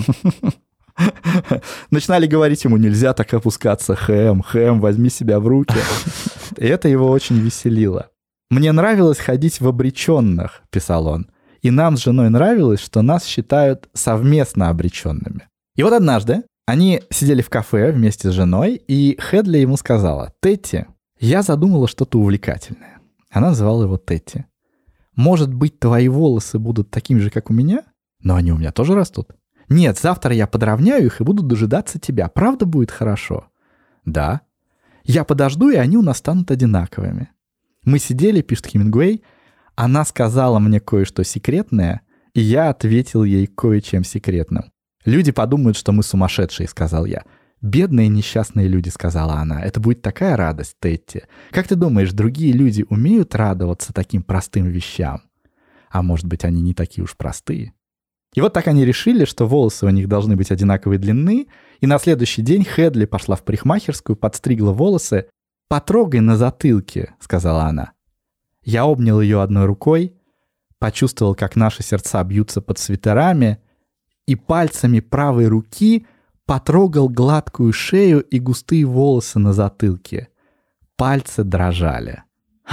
Начинали говорить ему: нельзя так опускаться, Хэм, возьми себя в руки. И это его очень веселило. «Мне нравилось ходить в обреченных», — писал он. «И нам с женой нравилось, что нас считают совместно обреченными». И вот однажды они сидели в кафе вместе с женой, и Хедли ему сказала: «Тетти, я задумала что-то увлекательное». Она называла его Тетти. «Может быть, твои волосы будут такими же, как у меня? Но они у меня тоже растут». «Нет, завтра я подровняю их и буду дожидаться тебя. Правда будет хорошо?» «Да». «Я подожду, и они у нас станут одинаковыми». Мы сидели, пишет Хемингуэй, она сказала мне кое-что секретное, и я ответил ей кое-чем секретным. «Люди подумают, что мы сумасшедшие», — сказал я. «Бедные несчастные люди», — сказала она. «Это будет такая радость, Тетти. Как ты думаешь, другие люди умеют радоваться таким простым вещам? А может быть, они не такие уж простые?» И вот так они решили, что волосы у них должны быть одинаковой длины, и на следующий день Хедли пошла в парикмахерскую, подстригла волосы. «Потрогай на затылке», — сказала она. Я обнял ее одной рукой, почувствовал, как наши сердца бьются под свитерами, и пальцами правой руки потрогал гладкую шею и густые волосы на затылке. Пальцы дрожали.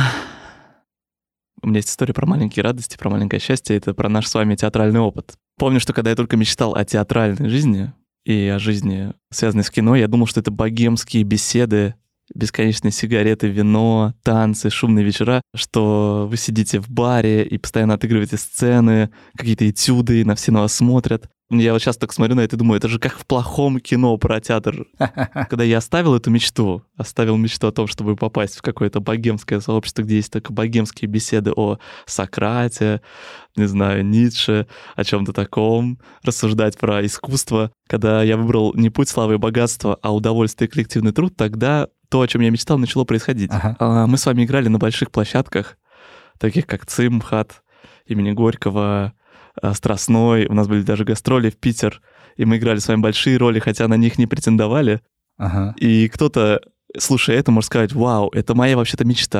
У меня есть история про маленькие радости, про маленькое счастье. Это про наш с вами театральный опыт. Помню, что когда я только мечтал о театральной жизни и о жизни, связанной с кино, я думал, что это богемские беседы, бесконечные сигареты, вино, танцы, шумные вечера, что вы сидите в баре и постоянно отыгрываете сцены, какие-то этюды, на все на вас смотрят. Я вот сейчас так смотрю на это и думаю, это же как в плохом кино про театр. Когда я оставил эту мечту, оставил мечту о том, чтобы попасть в какое-то богемское сообщество, где есть только богемские беседы о Сократе, не знаю, Ницше, о чем-то таком, рассуждать про искусство. Когда я выбрал не путь славы и богатства, а удовольствие и коллективный труд, тогда то, о чем я мечтал, начало происходить. Мы с вами играли на больших площадках, таких как ЦИМ, МХАТ, имени Горького, Страстной. У нас были даже гастроли в Питер, и мы играли с вами большие роли, хотя на них не претендовали. И кто-то, слушая это, может сказать: вау, это моя вообще-то мечта.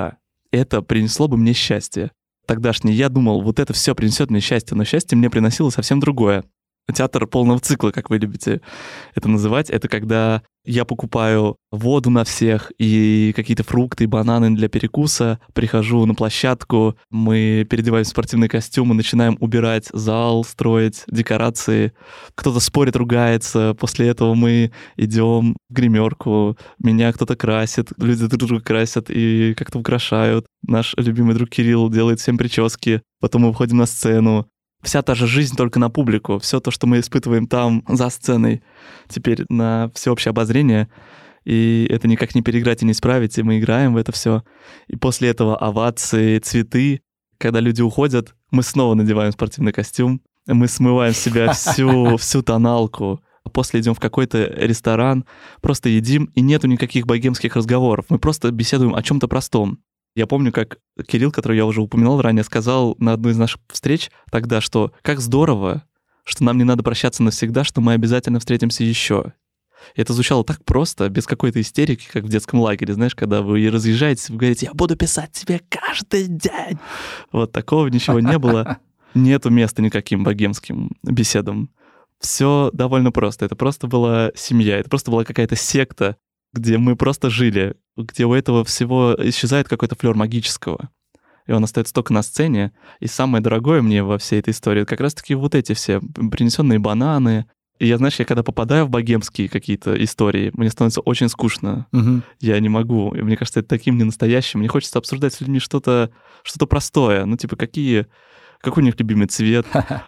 это принесло бы мне счастье. Тогдашний я думал, вот это все принесет мне счастье, но счастье мне приносило совсем другое. Театр полного цикла, как вы любите это называть, это когда я покупаю воду на всех и какие-то фрукты и бананы для перекуса, прихожу на площадку, мы переодеваемся в спортивные костюмы, начинаем убирать зал, строить декорации, кто-то спорит, ругается, после этого мы идем в гримерку, меня кто-то красит, люди друг друга красят и как-то украшают. Наш любимый друг Кирилл делает всем прически, потом мы выходим на сцену. Вся та же жизнь, только на публику. Все то, что мы испытываем там, за сценой, теперь на всеобщее обозрение. И это никак не переиграть и не исправить, и мы играем в это все. И после этого овации, цветы. Когда люди уходят, мы снова надеваем спортивный костюм, мы смываем с себя всю тоналку. После идем в какой-то ресторан, просто едим, и нету никаких богемских разговоров. Мы просто беседуем о чем-то простом. Я помню, как Кирилл, которого я уже упоминал ранее, сказал на одной из наших встреч тогда, что как здорово, что нам не надо прощаться навсегда, что мы обязательно встретимся еще. И это звучало так просто, без какой-то истерики, как в детском лагере, знаешь, когда вы разъезжаетесь, вы говорите, я буду писать тебе каждый день. Вот такого ничего не было. Нету места никаким богемским беседам. Все довольно просто. Это просто была семья, это просто была какая-то секта, где мы просто жили, где у этого всего исчезает какой-то флёр магического. И он остается только на сцене. И самое дорогое мне во всей этой истории — как раз-таки вот эти все принесенные бананы. И я, знаешь, я когда попадаю в богемские какие-то истории, мне становится очень скучно. Угу. Я не могу. И мне кажется, это таким ненастоящим. Мне хочется обсуждать с людьми что-то простое. Ну, типа, какой у них любимый цвет,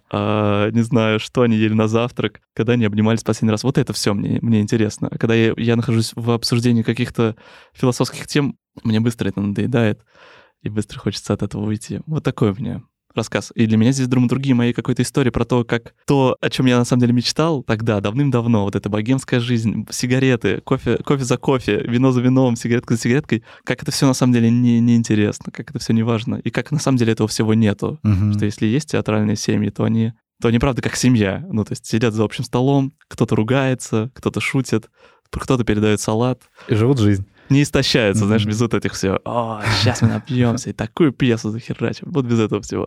не знаю, что они ели на завтрак, когда они обнимались в последний раз. Вот это все мне интересно. А когда я нахожусь в обсуждении каких-то философских тем, мне быстро это надоедает, и быстро хочется от этого уйти. Вот такой у меня рассказ. И для меня здесь драматургия моей какой-то истории про то, как то, о чем я на самом деле мечтал тогда, давным-давно, вот эта богемская жизнь, сигареты, кофе за кофе, вино за вином, сигаретка за сигареткой, как это все на самом деле неинтересно, как это все не важно, и как на самом деле этого всего нету. Что если есть театральные семьи, то они правда как семья. Ну, то есть сидят за общим столом, кто-то ругается, кто-то шутит, кто-то передает салат. И живут жизнь. Не истощаются, знаешь, без вот этих всего. Сейчас мы напьемся и такую пьесу захерачим. Вот без этого всего.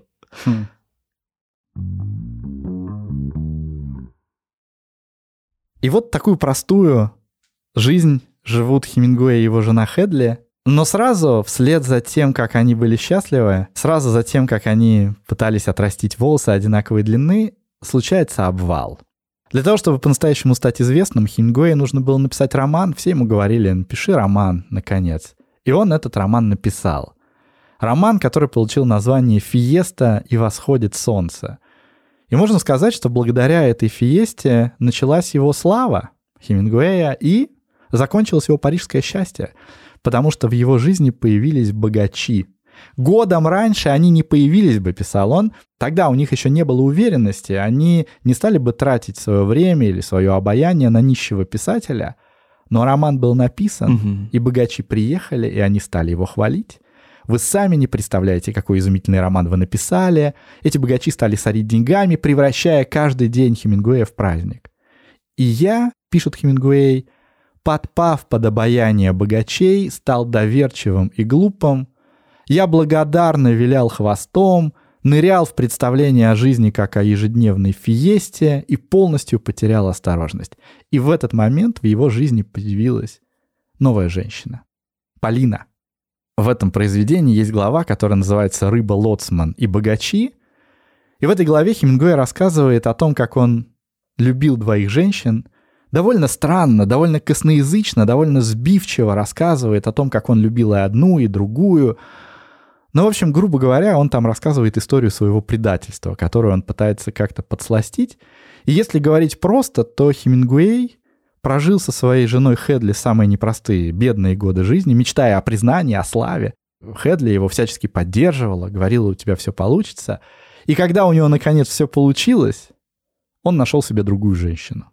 И вот такую простую жизнь живут Хемингуэй и его жена Хедли. Но сразу, вслед за тем, как они были счастливы, сразу за тем, как они пытались отрастить волосы одинаковой длины, случается обвал. Для того, чтобы по-настоящему стать известным, Хемингуэю нужно было написать роман. Все ему говорили, напиши роман, наконец. И он этот роман написал. Роман, который получил название «Фиеста и восходит солнце». И можно сказать, что благодаря этой фиесте началась его слава Хемингуэя и закончилось его парижское счастье, потому что в его жизни появились богачи. Годом раньше они не появились бы, писал он. Тогда у них еще не было уверенности, они не стали бы тратить свое время или свое обаяние на нищего писателя. Но роман был написан, и богачи приехали, и они стали его хвалить. Вы сами не представляете, какой изумительный роман вы написали. Эти богачи стали сорить деньгами, превращая каждый день Хемингуэя в праздник. И я, пишет Хемингуэй, подпав под обаяние богачей, стал доверчивым и глупым. Я благодарно вилял хвостом, нырял в представление о жизни как о ежедневной фиесте и полностью потерял осторожность. И в этот момент в его жизни появилась новая женщина. Полина. В этом произведении есть глава, которая называется «Рыба-лоцман и богачи». И в этой главе Хемингуэй рассказывает о том, как он любил двоих женщин. Довольно странно, довольно косноязычно, довольно сбивчиво рассказывает о том, как он любил и одну, и другую. Ну, в общем, грубо говоря, он там рассказывает историю своего предательства, которую он пытается как-то подсластить. И если говорить просто, то Хемингуэй прожил со своей женой Хедли самые непростые, бедные годы жизни, мечтая о признании, о славе. Хедли его всячески поддерживала, говорила, у тебя все получится. И когда у него, наконец, все получилось, он нашел себе другую женщину.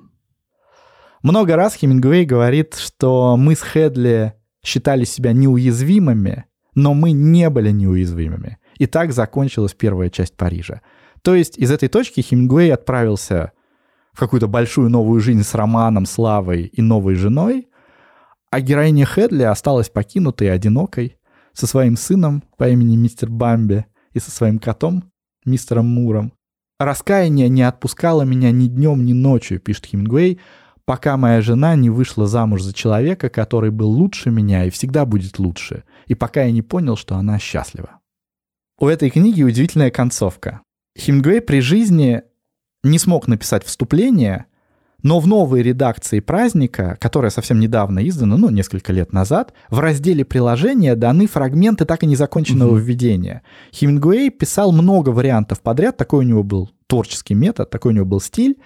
Много раз Хемингуэй говорит, что мы с Хедли считали себя неуязвимыми, но мы не были неуязвимыми. И так закончилась первая часть Парижа. То есть из этой точки Хемингуэй отправился в какую-то большую новую жизнь с романом, славой и новой женой, а героиня Хедли осталась покинутой и одинокой, со своим сыном по имени мистер Бамби и со своим котом, мистером Муром. «Раскаяние не отпускало меня ни днем, ни ночью», — пишет Хемингуэй, «пока моя жена не вышла замуж за человека, который был лучше меня и всегда будет лучше, и пока я не понял, что она счастлива». У этой книги удивительная концовка. Хемингуэй при жизни не смог написать вступление, но в новой редакции «Праздника», которая совсем недавно издана, несколько лет назад, в разделе «Приложения» даны фрагменты так и незаконченного введения. Хемингуэй писал много вариантов подряд, такой у него был творческий метод, такой у него был стиль,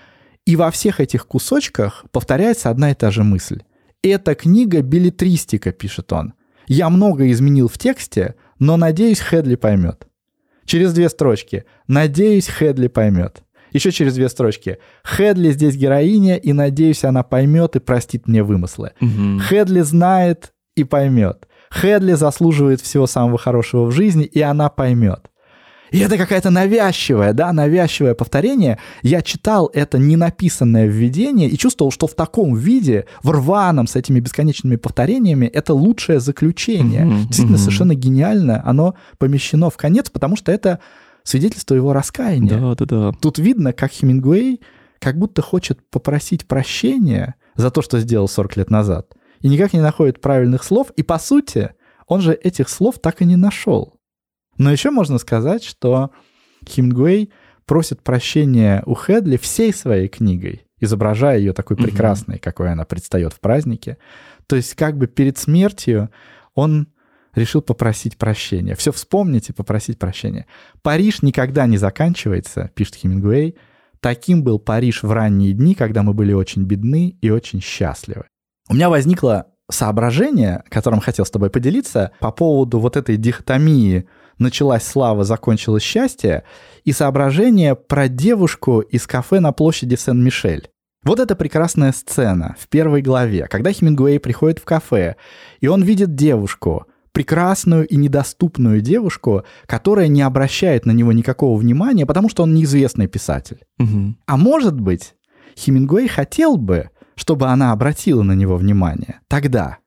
и во всех этих кусочках повторяется одна и та же мысль. «Это книга беллетристика», пишет он. «Я много изменил в тексте, но, надеюсь, Хедли поймет». Через 2 строчки «Надеюсь, Хедли поймет». Еще через 2 строчки. Хедли здесь героиня, и, надеюсь, она поймет и простит мне вымыслы. Хедли знает и поймет. Хедли заслуживает всего самого хорошего в жизни, и она поймет. И это какая-то навязчивое повторение. Я читал это ненаписанное введение и чувствовал, что в таком виде, в рваном, с этими бесконечными повторениями, это лучшее заключение. Действительно, совершенно гениально оно помещено в конец, потому что это свидетельство его раскаяния. Да. Тут видно, как Хемингуэй как будто хочет попросить прощения за то, что сделал 40 лет назад, и никак не находит правильных слов, и, по сути, он же этих слов так и не нашел. Но еще можно сказать, что Хемингуэй просит прощения у Хедли всей своей книгой, изображая ее такой прекрасной, какой она предстает в «Празднике». То есть как бы перед смертью он решил попросить прощения. Все вспомнить и попросить прощения. «Париж никогда не заканчивается», пишет Хемингуэй. «Таким был Париж в ранние дни, когда мы были очень бедны и очень счастливы». У меня возникло соображение, которым хотел с тобой поделиться, по поводу вот этой дихотомии «началась слава, закончилось счастье», и соображение про девушку из кафе на площади Сен-Мишель. Вот эта прекрасная сцена в 1 главе, когда Хемингуэй приходит в кафе, и он видит девушку, прекрасную и недоступную девушку, которая не обращает на него никакого внимания, потому что он неизвестный писатель. А может быть, Хемингуэй хотел бы, чтобы она обратила на него внимание тогда.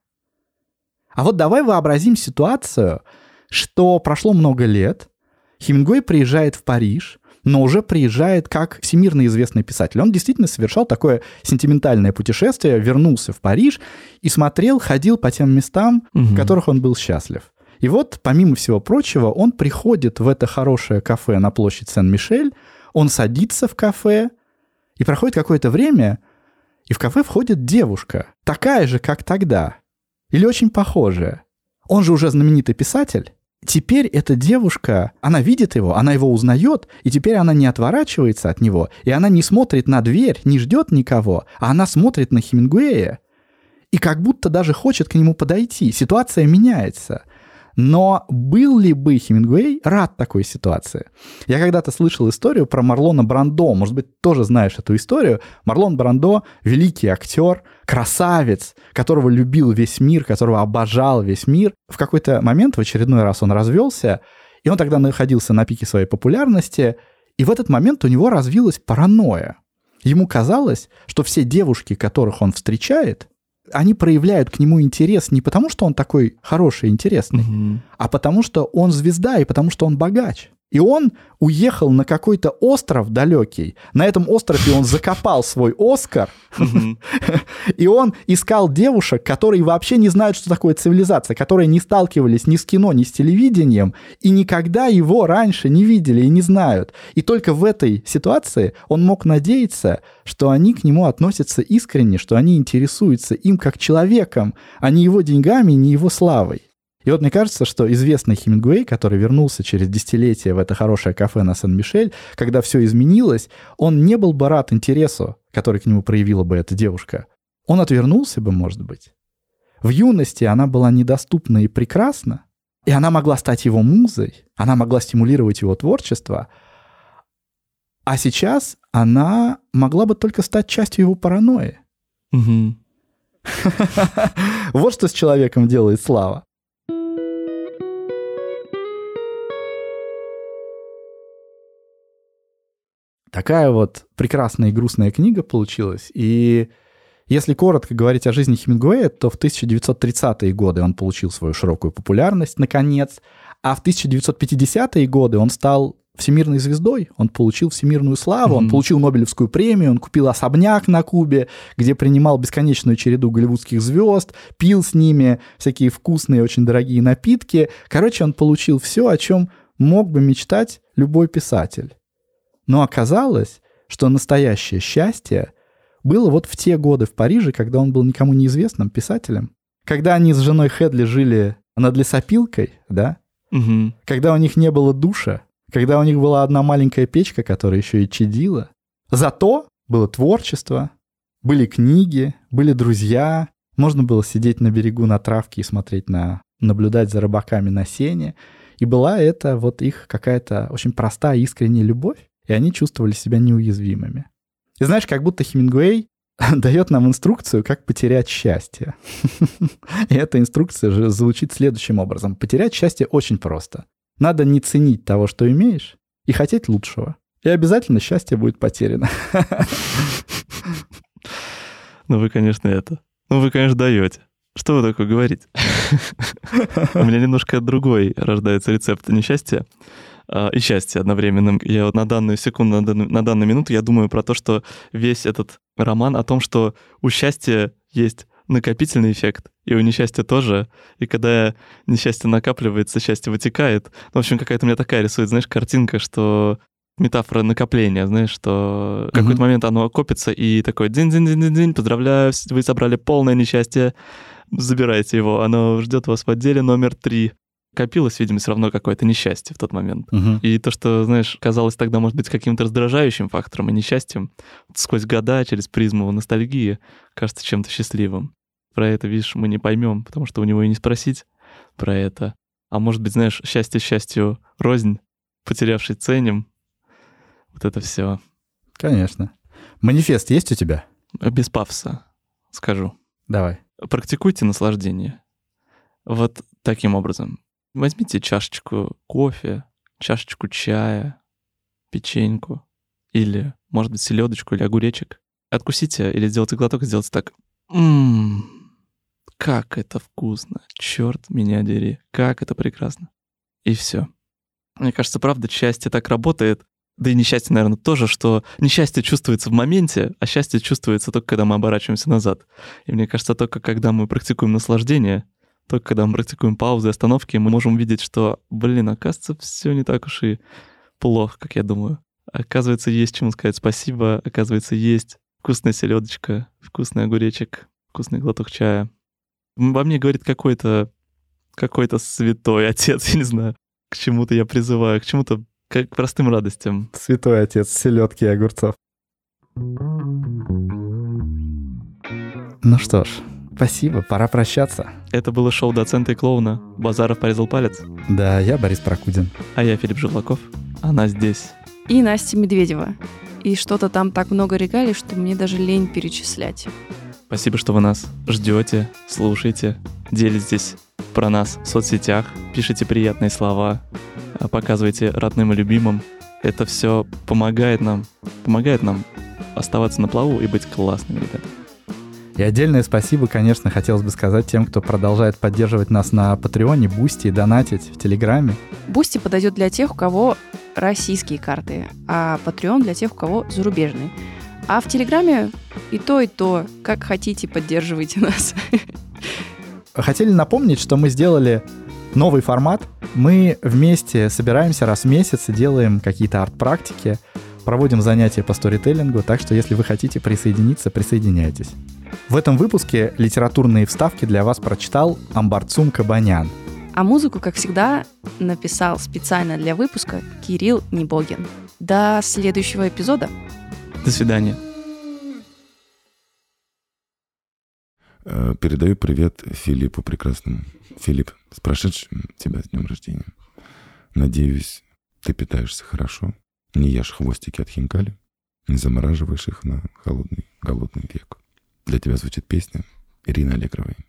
А вот давай вообразим ситуацию, что прошло много лет, Хемингуэй приезжает в Париж, но уже приезжает как всемирно известный писатель. Он действительно совершал такое сентиментальное путешествие, вернулся в Париж и ходил по тем местам, в которых он был счастлив. И вот, помимо всего прочего, он приходит в это хорошее кафе на площадь Сен-Мишель, он садится в кафе, и проходит какое-то время, и в кафе входит девушка, такая же, как тогда, или очень похожая. Он же уже знаменитый писатель. Теперь эта девушка, она видит его, она его узнает, и теперь она не отворачивается от него, и она не смотрит на дверь, не ждет никого, а она смотрит на Хемингуэя и как будто даже хочет к нему подойти. Ситуация меняется. Но был ли бы Хемингуэй рад такой ситуации? Я когда-то слышал историю про Марлона Брандо. Может быть, тоже знаешь эту историю. Марлон Брандо — великий актер, красавец, которого любил весь мир, которого обожал весь мир. В какой-то момент, в очередной раз он развелся, и он тогда находился на пике своей популярности, и в этот момент у него развилась паранойя. Ему казалось, что все девушки, которых он встречает, они проявляют к нему интерес не потому, что он такой хороший и интересный, а потому, что он звезда и потому, что он богач. И он уехал на какой-то остров далекий. На этом острове он закопал свой Оскар. И он искал девушек, которые вообще не знают, что такое цивилизация, которые не сталкивались ни с кино, ни с телевидением, и никогда его раньше не видели и не знают. И только в этой ситуации он мог надеяться, что они к нему относятся искренне, что они интересуются им как человеком, а не его деньгами, не его славой. И вот мне кажется, что известный Хемингуэй, который вернулся через десятилетия в это хорошее кафе на Сен-Мишель, когда все изменилось, он не был бы рад интересу, который к нему проявила бы эта девушка. Он отвернулся бы, может быть. В юности она была недоступна и прекрасна, и она могла стать его музой, она могла стимулировать его творчество, а сейчас она могла бы только стать частью его паранойи. Вот что с человеком делает слава. Такая вот прекрасная и грустная книга получилась. И Если коротко говорить о жизни Хемингуэя, то в 1930-е годы он получил свою широкую популярность, наконец, а в 1950-е годы он стал всемирной звездой, он получил всемирную славу, он получил Нобелевскую премию, он купил особняк на Кубе, где принимал бесконечную череду голливудских звезд, пил с ними всякие вкусные, очень дорогие напитки. Короче, он получил все, о чем мог бы мечтать любой писатель. Но оказалось, что настоящее счастье было вот в те годы в Париже, когда он был никому неизвестным писателем. Когда они с женой Хедли жили над лесопилкой, да? Когда у них не было душа, когда у них была одна маленькая печка, которая еще и чадила. Зато было творчество, были книги, были друзья. Можно было сидеть на берегу на травке и наблюдать за рыбаками на сене. И была это вот их какая-то очень простая, искренняя любовь, и они чувствовали себя неуязвимыми. И знаешь, как будто Хемингуэй дает нам инструкцию, как потерять счастье. И эта инструкция же звучит следующим образом. Потерять счастье очень просто. Надо не ценить того, что имеешь, и хотеть лучшего. И обязательно счастье будет потеряно. Вы, конечно, даете. Что вы такое говорите? У меня немножко другой рождается рецепт несчастья и счастья одновременно. Я вот на данную секунду, на данную минуту я думаю про то, что весь этот роман о том, что у счастья есть накопительный эффект, и у несчастья тоже. И когда несчастье накапливается, счастье вытекает. В общем, какая-то у меня такая рисует, знаешь, картинка, что метафора накопления, знаешь, что в какой-то момент оно копится, и такой динь-динь-динь-динь, поздравляю, вы собрали полное несчастье, забирайте его, оно ждет вас в отделе номер 3. Копилось, видимо, все равно какое-то несчастье в тот момент. И то, что, знаешь, казалось тогда, может быть, каким-то раздражающим фактором и несчастьем, сквозь года, через призму ностальгии, кажется чем-то счастливым. Про это, видишь, мы не поймем, потому что у него и не спросить про это. А может быть, знаешь, счастье счастью рознь, потерявший ценим. Вот это все. Конечно. Манифест есть у тебя? Без пафоса скажу. Давай. Практикуйте наслаждение. Вот таким образом. Возьмите чашечку кофе, чашечку чая, печеньку или, может быть, селедочку или огуречек. Откусите или сделайте глоток и сделайте так. Как это вкусно! Черт меня дери! Как это прекрасно! И все. Мне кажется, правда, счастье так работает. Да и несчастье, наверное, тоже, что несчастье чувствуется в моменте, а счастье чувствуется только когда мы оборачиваемся назад. И мне кажется, только когда мы практикуем наслаждение, только когда мы практикуем паузы и остановки, мы можем видеть, что, оказывается, все не так уж и плохо, как я думаю. Оказывается, есть чему сказать спасибо, оказывается, есть вкусная селедочка, вкусный огуречек, вкусный глоток чая. Во мне говорит какой-то святой отец, я не знаю, к чему-то я призываю, к чему-то, к простым радостям. Святой отец селедки и огурцов. Ну что ж, спасибо, пора прощаться. Это было шоу доцента и клоуна. Базаров порезал палец. Да, я Борис Прокудин. А я Филипп Живлаков. Она здесь. И Настя Медведева. И что-то там так много регалий, что мне даже лень перечислять. Спасибо, что вы нас ждете, слушаете, делитесь про нас в соцсетях, пишите приятные слова, показывайте родным и любимым. Это все помогает нам оставаться на плаву и быть классными, ребята. И отдельное спасибо, конечно, хотелось бы сказать тем, кто продолжает поддерживать нас на Патреоне, Бусти и донатить в Телеграме. Бусти подойдет для тех, у кого российские карты, а Patreon для тех, у кого зарубежные. А в Телеграме и то, как хотите, поддерживайте нас. Хотели напомнить, что мы сделали новый формат. Мы вместе собираемся раз в месяц и делаем какие-то арт-практики, проводим занятия по сторителлингу, так что если вы хотите присоединиться, присоединяйтесь. В этом выпуске литературные вставки для вас прочитал Амбарцум Кабанян. А музыку, как всегда, написал специально для выпуска Кирилл Небогин. До следующего эпизода. До свидания. Передаю привет Филиппу прекрасному. Филипп, с прошедшим тебя с днем рождения. Надеюсь, ты питаешься хорошо, не ешь хвостики от хинкали, не замораживаешь их на холодный, голодный век. Для тебя звучит песня Ирины Аллегровой.